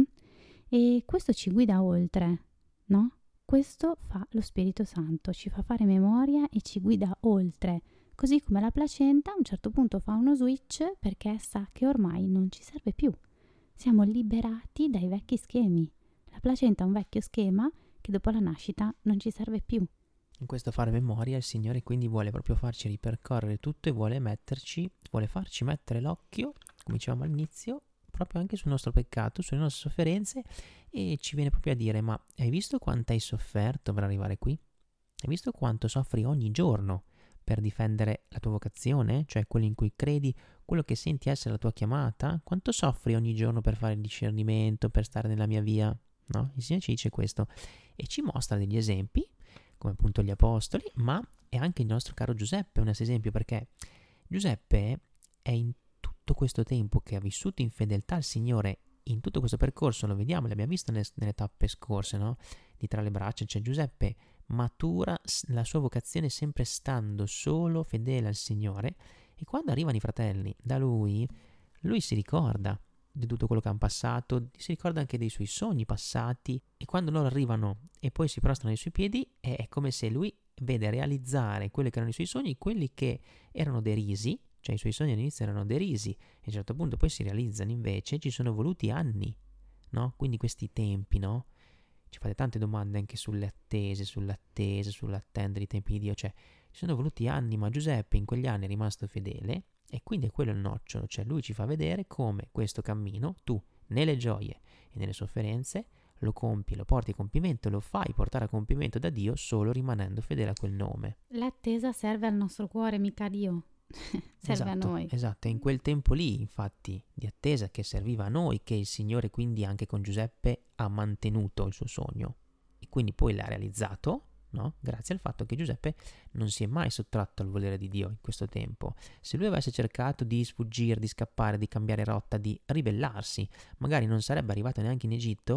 E questo ci guida oltre, no? Questo fa lo Spirito Santo, ci fa fare memoria e ci guida oltre. Così come la placenta a un certo punto fa uno switch perché sa che ormai non ci serve più. Siamo liberati dai vecchi schemi. La placenta è un vecchio schema che dopo la nascita non ci serve più. In questo fare memoria il Signore quindi vuole proprio farci ripercorrere tutto e vuole metterci, vuole farci mettere l'occhio, come dicevamo all'inizio, proprio anche sul nostro peccato, sulle nostre sofferenze e ci viene proprio a dire: ma hai visto quanto hai sofferto per arrivare qui? Hai visto quanto soffri ogni giorno per difendere la tua vocazione, cioè quello in cui credi, quello che senti essere la tua chiamata? Quanto soffri ogni giorno per fare il discernimento, per stare nella mia via? No? Il Signore ci dice questo e ci mostra degli esempi, come appunto gli apostoli, ma è anche il nostro caro Giuseppe un esempio, perché Giuseppe è in tutto questo tempo che ha vissuto in fedeltà al Signore, in tutto questo percorso, lo vediamo, l'abbiamo visto nelle, nelle tappe scorse, no? Di Tra le braccia, cioè Giuseppe matura la sua vocazione sempre stando solo, fedele al Signore, e quando arrivano i fratelli da lui, lui si ricorda di tutto quello che hanno passato, si ricorda anche dei suoi sogni passati, e quando loro arrivano e poi si prostrano ai suoi piedi è, è come se lui vede realizzare quelli che erano i suoi sogni, quelli che erano derisi, cioè i suoi sogni all'inizio erano derisi e a un certo punto poi si realizzano. Invece ci sono voluti anni, no? Quindi questi tempi, no? Ci fate tante domande anche sulle attese, sull'attesa, sull'attendere i tempi di Dio, cioè ci sono voluti anni, ma Giuseppe in quegli anni è rimasto fedele e quindi è quello il nocciolo, cioè lui ci fa vedere come questo cammino tu nelle gioie e nelle sofferenze lo compi, lo porti a compimento, lo fai portare a compimento da Dio solo rimanendo fedele a quel nome. L'attesa serve al nostro cuore, mica a Dio. Serve Esatto, a noi. esatto, è in quel tempo lì, infatti, di attesa che serviva a noi, che il Signore quindi anche con Giuseppe ha mantenuto il suo sogno e quindi poi l'ha realizzato, no? Grazie al fatto che Giuseppe non si è mai sottratto al volere di Dio in questo tempo. Se lui avesse cercato di sfuggire, di scappare, di cambiare rotta, di ribellarsi, magari non sarebbe arrivato neanche in Egitto,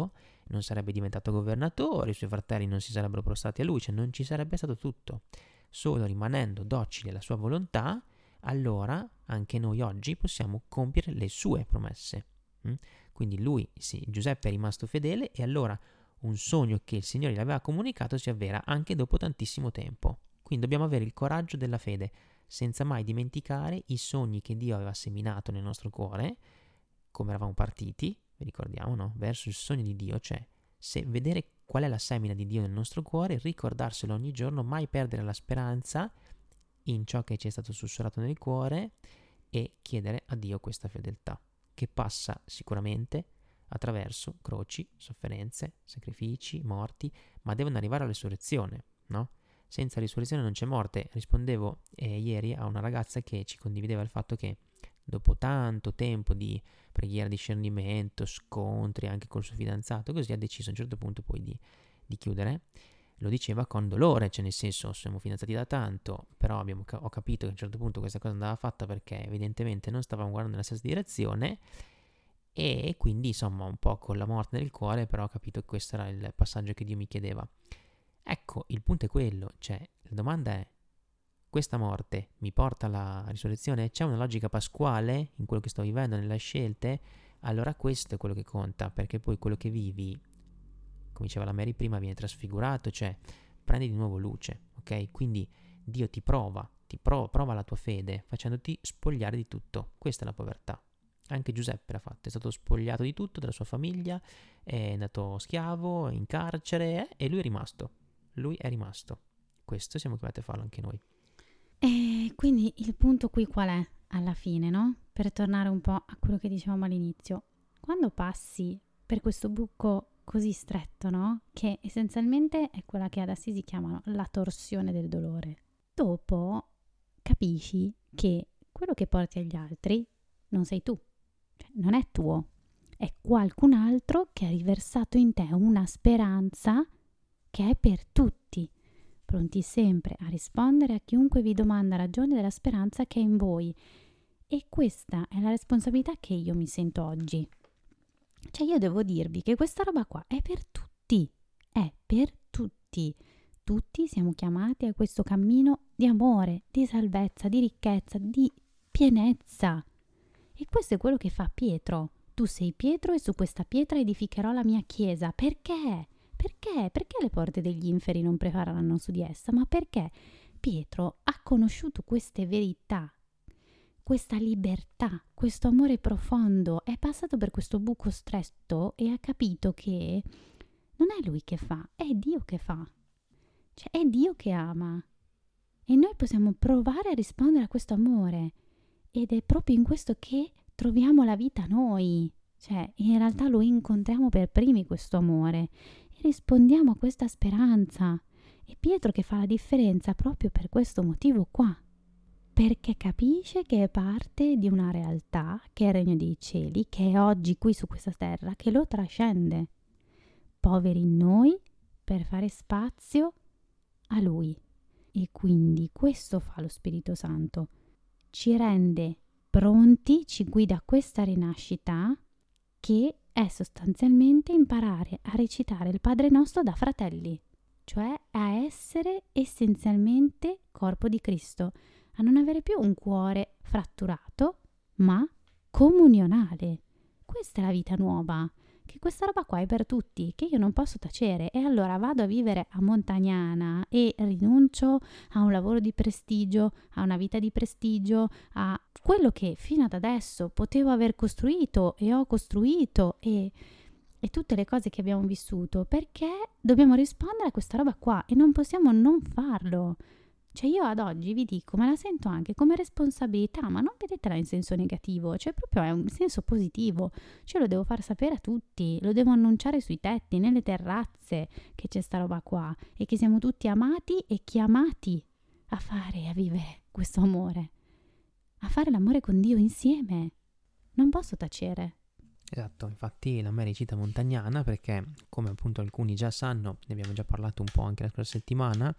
non sarebbe diventato governatore, i suoi fratelli non si sarebbero prostrati a lui, cioè non ci sarebbe stato tutto. Solo rimanendo docili alla sua volontà, allora anche noi oggi possiamo compiere le sue promesse. Mm? Quindi lui, sì, Giuseppe è rimasto fedele e allora un sogno che il Signore gli aveva comunicato si avvera anche dopo tantissimo tempo. Quindi dobbiamo avere il coraggio della fede, senza mai dimenticare i sogni che Dio aveva seminato nel nostro cuore, come eravamo partiti, vi ricordiamo, no? Verso il sogno di Dio, cioè se vedere qual è la semina di Dio nel nostro cuore, ricordarselo ogni giorno, mai perdere la speranza in ciò che ci è stato sussurrato nel cuore e chiedere a Dio questa fedeltà, che passa sicuramente attraverso croci, sofferenze, sacrifici, morti, ma devono arrivare alla risurrezione, no? Senza risurrezione non c'è morte. Rispondevo eh, ieri a una ragazza che ci condivideva il fatto che dopo tanto tempo di preghiera, discernimento, scontri anche col suo fidanzato, così ha deciso a un certo punto poi di, di chiudere. Lo diceva con dolore, cioè nel senso siamo fidanzati da tanto, però abbiamo, ho capito che a un certo punto questa cosa andava fatta perché evidentemente non stavamo guardando nella stessa direzione e quindi insomma un po' con la morte nel cuore, però ho capito che questo era il passaggio che Dio mi chiedeva. Ecco, il punto è quello, cioè la domanda è: questa morte mi porta alla risurrezione? C'è una logica pasquale in quello che sto vivendo, nelle scelte? Allora questo è quello che conta, perché poi quello che vivi, come diceva la Mary prima, viene trasfigurato, cioè prendi di nuovo luce, ok? Quindi Dio ti prova, ti prova, prova la tua fede facendoti spogliare di tutto. Questa è la povertà. Anche Giuseppe l'ha fatto, è stato spogliato di tutto, della sua famiglia, è andato schiavo, in carcere eh, e lui è rimasto. Lui è rimasto. Questo siamo chiamati a farlo anche noi. E quindi il punto qui qual è alla fine, no? Per tornare un po' a quello che dicevamo all'inizio. Quando passi per questo buco così stretto, no? Che essenzialmente è quella che ad Assisi chiamano la torsione del dolore. Dopo capisci che quello che porti agli altri non sei tu, cioè non è tuo, è qualcun altro che ha riversato in te una speranza che è per tutti, pronti sempre a rispondere a chiunque vi domanda ragione della speranza che è in voi. E questa è la responsabilità che io mi sento oggi. Cioè io devo dirvi che questa roba qua è per tutti, è per tutti. Tutti siamo chiamati a questo cammino di amore, di salvezza, di ricchezza, di pienezza. E questo è quello che fa Pietro. Tu sei Pietro e su questa pietra edificherò la mia chiesa. Perché? Perché? Perché le porte degli inferi non prepareranno su di essa? Ma perché Pietro ha conosciuto queste verità, questa libertà, questo amore profondo, è passato per questo buco stretto e ha capito che non è lui che fa, è Dio che fa. Cioè è Dio che ama. E noi possiamo provare a rispondere a questo amore. Ed è proprio in questo che troviamo la vita noi. Cioè in realtà lo incontriamo per primi questo amore. Rispondiamo a questa speranza. E Pietro che fa la differenza proprio per questo motivo qua, perché capisce che è parte di una realtà che è il regno dei cieli, che è oggi qui su questa terra, che lo trascende, poveri in noi per fare spazio a lui. E quindi questo fa lo Spirito Santo, ci rende pronti, ci guida a questa rinascita che è sostanzialmente imparare a recitare il Padre Nostro da fratelli, cioè a essere essenzialmente corpo di Cristo, a non avere più un cuore fratturato, ma comunionale. Questa è la vita nuova, che questa roba qua è per tutti, che io non posso tacere. E allora vado a vivere a Montagnana e rinuncio a un lavoro di prestigio, a una vita di prestigio, a quello che fino ad adesso potevo aver costruito e ho costruito e, e tutte le cose che abbiamo vissuto, perché dobbiamo rispondere a questa roba qua e non possiamo non farlo. Cioè io ad oggi vi dico, me la sento anche come responsabilità, ma non vedetela in senso negativo, cioè proprio è un senso positivo, cioè lo devo far sapere a tutti, lo devo annunciare sui tetti, nelle terrazze, che c'è sta roba qua e che siamo tutti amati e chiamati a fare, a vivere questo amore, a fare l'amore con Dio insieme. Non posso tacere. Esatto, infatti la Mary cita Montagnana perché, come appunto alcuni già sanno, ne abbiamo già parlato un po' anche la scorsa settimana,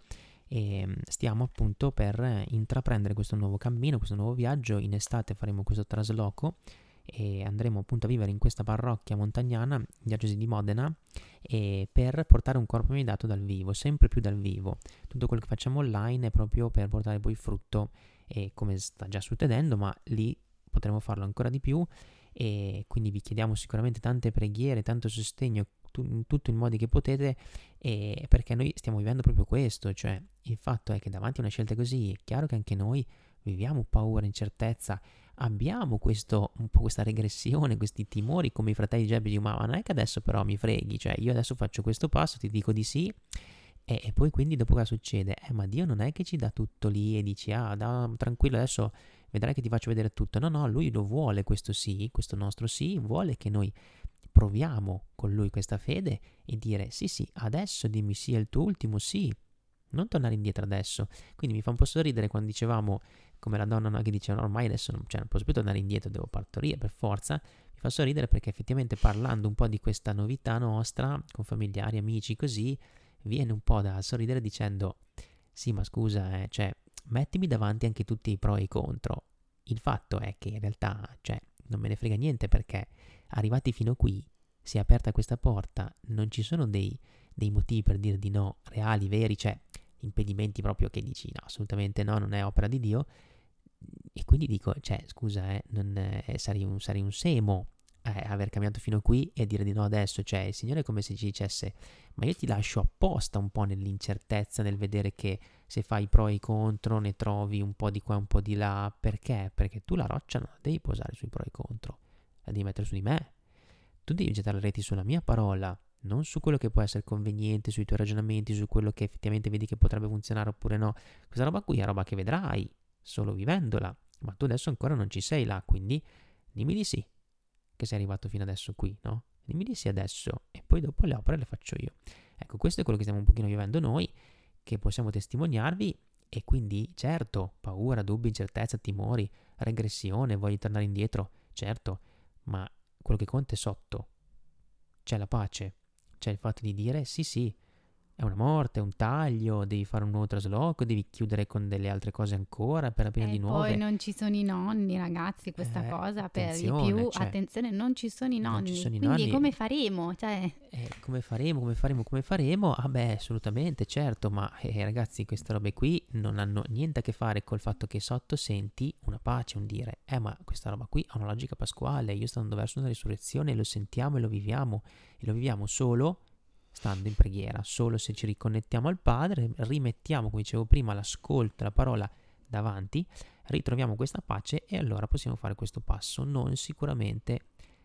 e stiamo appunto per intraprendere questo nuovo cammino, questo nuovo viaggio. In estate faremo questo trasloco e andremo appunto a vivere in questa parrocchia montagnana, in diocesi di Modena, e per portare un corpo immediato dal vivo, sempre più dal vivo. Tutto quello che facciamo online è proprio per portare poi frutto, e come sta già succedendo, ma lì potremo farlo ancora di più, e quindi vi chiediamo sicuramente tante preghiere, tanto sostegno, tu, tutto in modi che potete, e perché noi stiamo vivendo proprio questo, cioè il fatto è che davanti a una scelta così è chiaro che anche noi viviamo paura, incertezza, abbiamo questo, un po' questa regressione, questi timori come i fratelli Giabbi, di ma non è che adesso però mi freghi, cioè io adesso faccio questo passo, ti dico di sì, e, e poi quindi dopo cosa succede? Eh ma Dio non è che ci dà tutto lì e dici ah da, tranquillo adesso vedrai che ti faccio vedere tutto, no no, lui lo vuole questo sì, questo nostro sì, vuole che noi proviamo con lui questa fede e dire sì sì, adesso dimmi sì, è il tuo ultimo sì, non tornare indietro adesso. Quindi mi fa un po' sorridere quando dicevamo, come la donna che diceva no, ormai adesso non, cioè, non posso più tornare indietro, devo partorire per forza. Mi fa sorridere perché effettivamente parlando un po' di questa novità nostra con familiari, amici, così viene un po' da sorridere dicendo sì ma scusa, eh, cioè mettimi davanti anche tutti i pro e i contro. Il fatto è che in realtà, cioè, non me ne frega niente perché arrivati fino a qui si è aperta questa porta, non ci sono dei, dei motivi per dire di no reali, veri, cioè impedimenti proprio che dici no, assolutamente no, non è opera di Dio, e quindi dico, cioè scusa, eh, non, eh, sarei, un, sarei un semo eh, aver cambiato fino a qui e dire di no adesso, cioè il Signore è come se ci dicesse ma io ti lascio apposta un po' nell'incertezza, nel vedere che se fai i pro e i contro ne trovi un po' di qua un po' di là, perché? Perché tu la roccia non la devi posare sui pro e contro, la devi mettere su di me, tu devi gettare le reti sulla mia parola, non su quello che può essere conveniente, sui tuoi ragionamenti, su quello che effettivamente vedi che potrebbe funzionare oppure no. Questa roba qui è roba che vedrai solo vivendola, ma tu adesso ancora non ci sei là, quindi dimmi di sì, che sei arrivato fino adesso qui, no? Dimmi di sì adesso e poi dopo le opere le faccio io. Ecco, questo è quello che stiamo un pochino vivendo noi, che possiamo testimoniarvi, e quindi certo, paura, dubbi, incertezza, timori, regressione, voglio tornare indietro, certo, ma quello che conta è sotto, c'è la pace, c'è il fatto di dire sì sì, è una morte, è un taglio, devi fare un nuovo trasloco, devi chiudere con delle altre cose ancora per aprire E di poi nuove. non ci sono i nonni, ragazzi, questa Eh, cosa per di attenzione, più, cioè, attenzione, non ci sono i non ci nonni, sono i quindi nonni. come faremo? Cioè, Eh, come faremo, come faremo, come faremo? Ah beh, assolutamente, certo, ma eh, ragazzi, queste robe qui non hanno niente a che fare col fatto che sotto senti una pace, un dire, eh ma questa roba qui ha una logica pasquale, io sto andando verso una risurrezione, lo sentiamo e lo viviamo, e lo viviamo solo stando in preghiera, solo se ci riconnettiamo al Padre, rimettiamo, come dicevo prima, l'ascolto, la parola davanti, ritroviamo questa pace e allora possiamo fare questo passo, non sicuramente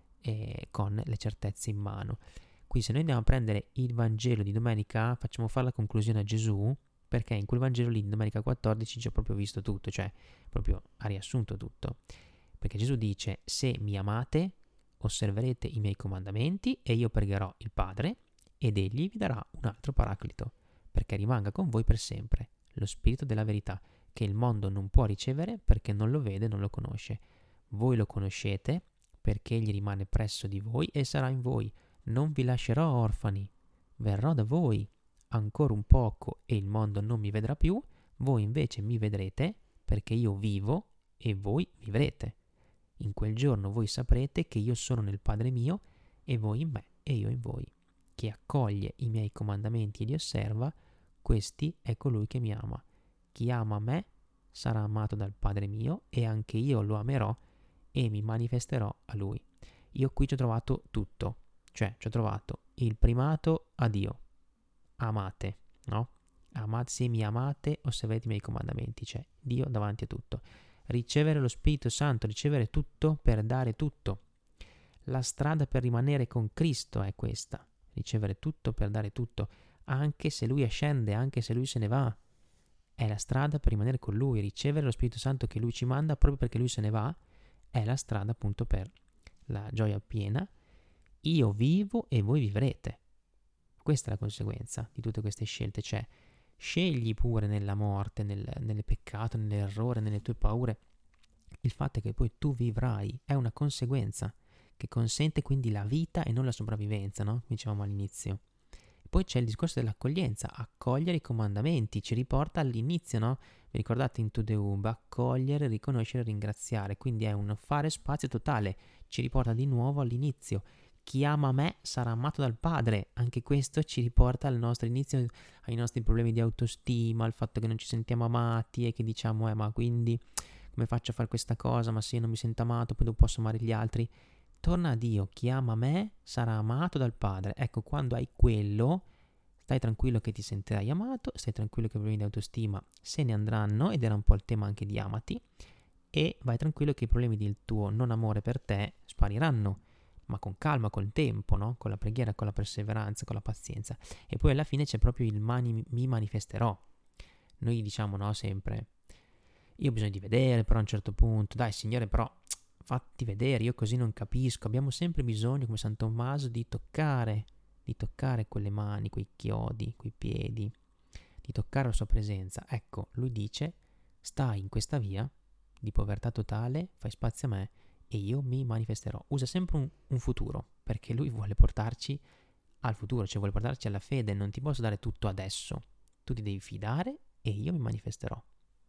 eh, con le certezze in mano. Qui se noi andiamo a prendere il Vangelo di domenica, facciamo fare la conclusione a Gesù, perché in quel Vangelo lì di domenica quattordici ci ho proprio visto tutto, cioè proprio ha riassunto tutto. Perché Gesù dice, se mi amate, osserverete i miei comandamenti e io pregherò il Padre ed egli vi darà un altro paraclito, perché rimanga con voi per sempre, lo Spirito della verità, che il mondo non può ricevere perché non lo vede, non lo conosce. Voi lo conoscete perché egli rimane presso di voi e sarà in voi. Non vi lascerò orfani, verrò da voi ancora un poco e il mondo non mi vedrà più, voi invece mi vedrete perché io vivo e voi vivrete. In quel giorno voi saprete che io sono nel Padre mio e voi in me e io in voi. Chi accoglie i miei comandamenti e li osserva, questi è colui che mi ama. Chi ama me sarà amato dal Padre mio e anche io lo amerò e mi manifesterò a lui. Io qui ci ho trovato tutto, cioè ci ho trovato il primato a Dio, amate, no? Amate, se mi amate, osservate i miei comandamenti, cioè Dio davanti a tutto. Ricevere lo Spirito Santo, ricevere tutto per dare tutto. La strada per rimanere con Cristo è questa, ricevere tutto per dare tutto, anche se Lui ascende, anche se Lui se ne va. È la strada per rimanere con Lui, ricevere lo Spirito Santo che Lui ci manda proprio perché Lui se ne va, è la strada appunto per la gioia piena. Io vivo e voi vivrete. Questa è la conseguenza di tutte queste scelte, cioè scegli pure nella morte, nel, nel peccato, nell'errore, nelle tue paure. Il fatto è che poi tu vivrai, è una conseguenza che consente quindi la vita e non la sopravvivenza, no? Come dicevamo all'inizio. Poi c'è il discorso dell'accoglienza, accogliere i comandamenti, ci riporta all'inizio, no? Vi ricordate in To The Hub, accogliere, riconoscere, ringraziare, quindi è un fare spazio totale, ci riporta di nuovo all'inizio. chi ama me sarà amato dal Padre. Anche questo ci riporta al nostro inizio, ai nostri problemi di autostima, al fatto che non ci sentiamo amati e che diciamo, eh ma quindi come faccio a fare questa cosa? Ma se io non mi sento amato, poi non posso amare gli altri. Torna a Dio, chi ama me sarà amato dal Padre. Ecco, quando hai quello, stai tranquillo che ti sentirai amato, stai tranquillo che i problemi di autostima se ne andranno, ed era un po' il tema anche di amati, e vai tranquillo che i problemi del tuo non amore per te spariranno, ma con calma, col tempo, no? Con la preghiera, con la perseveranza, con la pazienza. E poi alla fine c'è proprio il mani, mi manifesterò. Noi diciamo, no, sempre, io ho bisogno di vedere, però a un certo punto, dai Signore, però fatti vedere, io così non capisco. Abbiamo sempre bisogno, come San Tommaso, di toccare, di toccare quelle mani, quei chiodi, quei piedi, di toccare la sua presenza. Ecco, lui dice, stai in questa via di povertà totale, fai spazio a me e io mi manifesterò. Usa sempre un, un futuro, perché lui vuole portarci al futuro, cioè vuole portarci alla fede. Non ti posso dare tutto adesso, tu ti devi fidare e io mi manifesterò.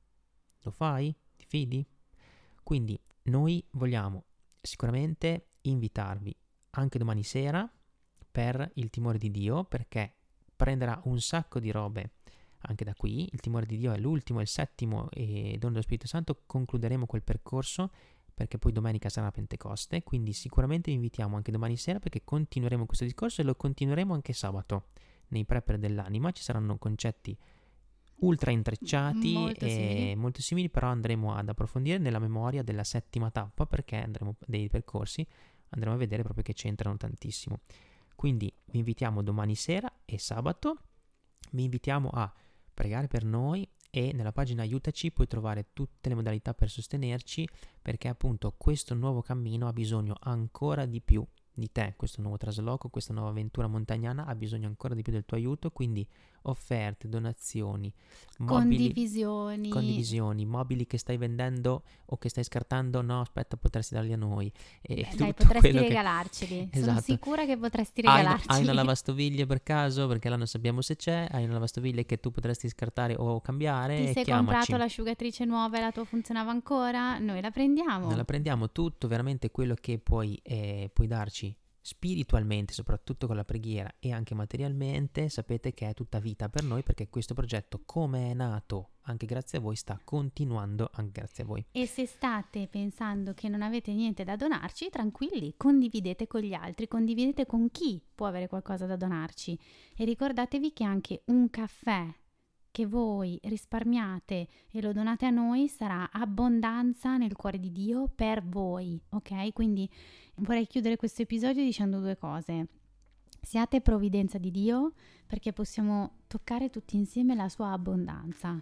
Lo fai? Ti fidi? Quindi noi vogliamo sicuramente invitarvi anche domani sera per il timore di Dio, perché prenderà un sacco di robe anche da qui. Il timore di Dio è l'ultimo, è il settimo, e dono dello Spirito Santo concluderemo quel percorso, perché poi domenica sarà Pentecoste. Quindi sicuramente vi invitiamo anche domani sera, perché continueremo questo discorso e lo continueremo anche sabato. Nei prepper dell'anima ci saranno concetti ultra intrecciati molto e simili. molto simili, però andremo ad approfondire nella memoria della settima tappa, perché andremo dei percorsi, andremo a vedere proprio che c'entrano tantissimo. Quindi vi invitiamo domani sera e sabato, vi invitiamo a pregare per noi, e nella pagina Aiutaci puoi trovare tutte le modalità per sostenerci, perché appunto questo nuovo cammino ha bisogno ancora di più di te, questo nuovo trasloco, questa nuova avventura montagnana ha bisogno ancora di più del tuo aiuto. Quindi offerte, donazioni, mobili, Condivisioni. condivisioni, mobili che stai vendendo o che stai scartando, no aspetta, potresti darli a noi, e Beh, tutto dai, potresti quello regalarceli. che... Sono Esatto. sicura che potresti Hai, regalarci. hai una lavastoviglie per caso, perché là non sappiamo se c'è, hai una lavastoviglie che tu potresti scartare o cambiare, Ti sei chiamaci. comprato l'asciugatrice nuova e la tua funzionava ancora? Noi la prendiamo. Noi la prendiamo, tutto veramente quello che puoi, eh, puoi darci spiritualmente, soprattutto con la preghiera, e anche materialmente. Sapete che è tutta vita per noi, perché questo progetto, come è nato anche grazie a voi, sta continuando anche grazie a voi. E se state pensando che non avete niente da donarci, tranquilli, condividete con gli altri, condividete con chi può avere qualcosa da donarci, e ricordatevi che anche un caffè che voi risparmiate e lo donate a noi sarà abbondanza nel cuore di Dio per voi, ok? Quindi vorrei chiudere questo episodio dicendo due cose. Siate provvidenza di Dio, perché possiamo toccare tutti insieme la sua abbondanza,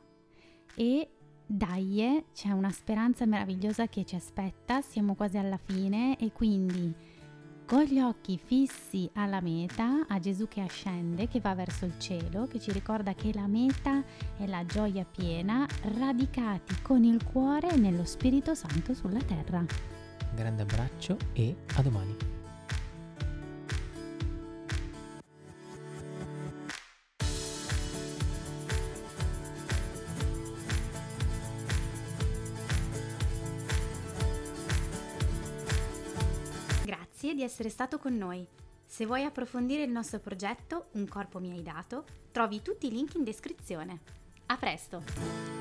e dai, c'è una speranza meravigliosa che ci aspetta, siamo quasi alla fine, e quindi con gli occhi fissi alla meta, a Gesù che ascende, che va verso il cielo, che ci ricorda che la meta è la gioia piena, radicati con il cuore nello Spirito Santo sulla terra. Un grande abbraccio e a domani. Grazie di essere stato con noi. Se vuoi approfondire il nostro progetto Un corpo mi hai dato, trovi tutti i link in descrizione. A presto!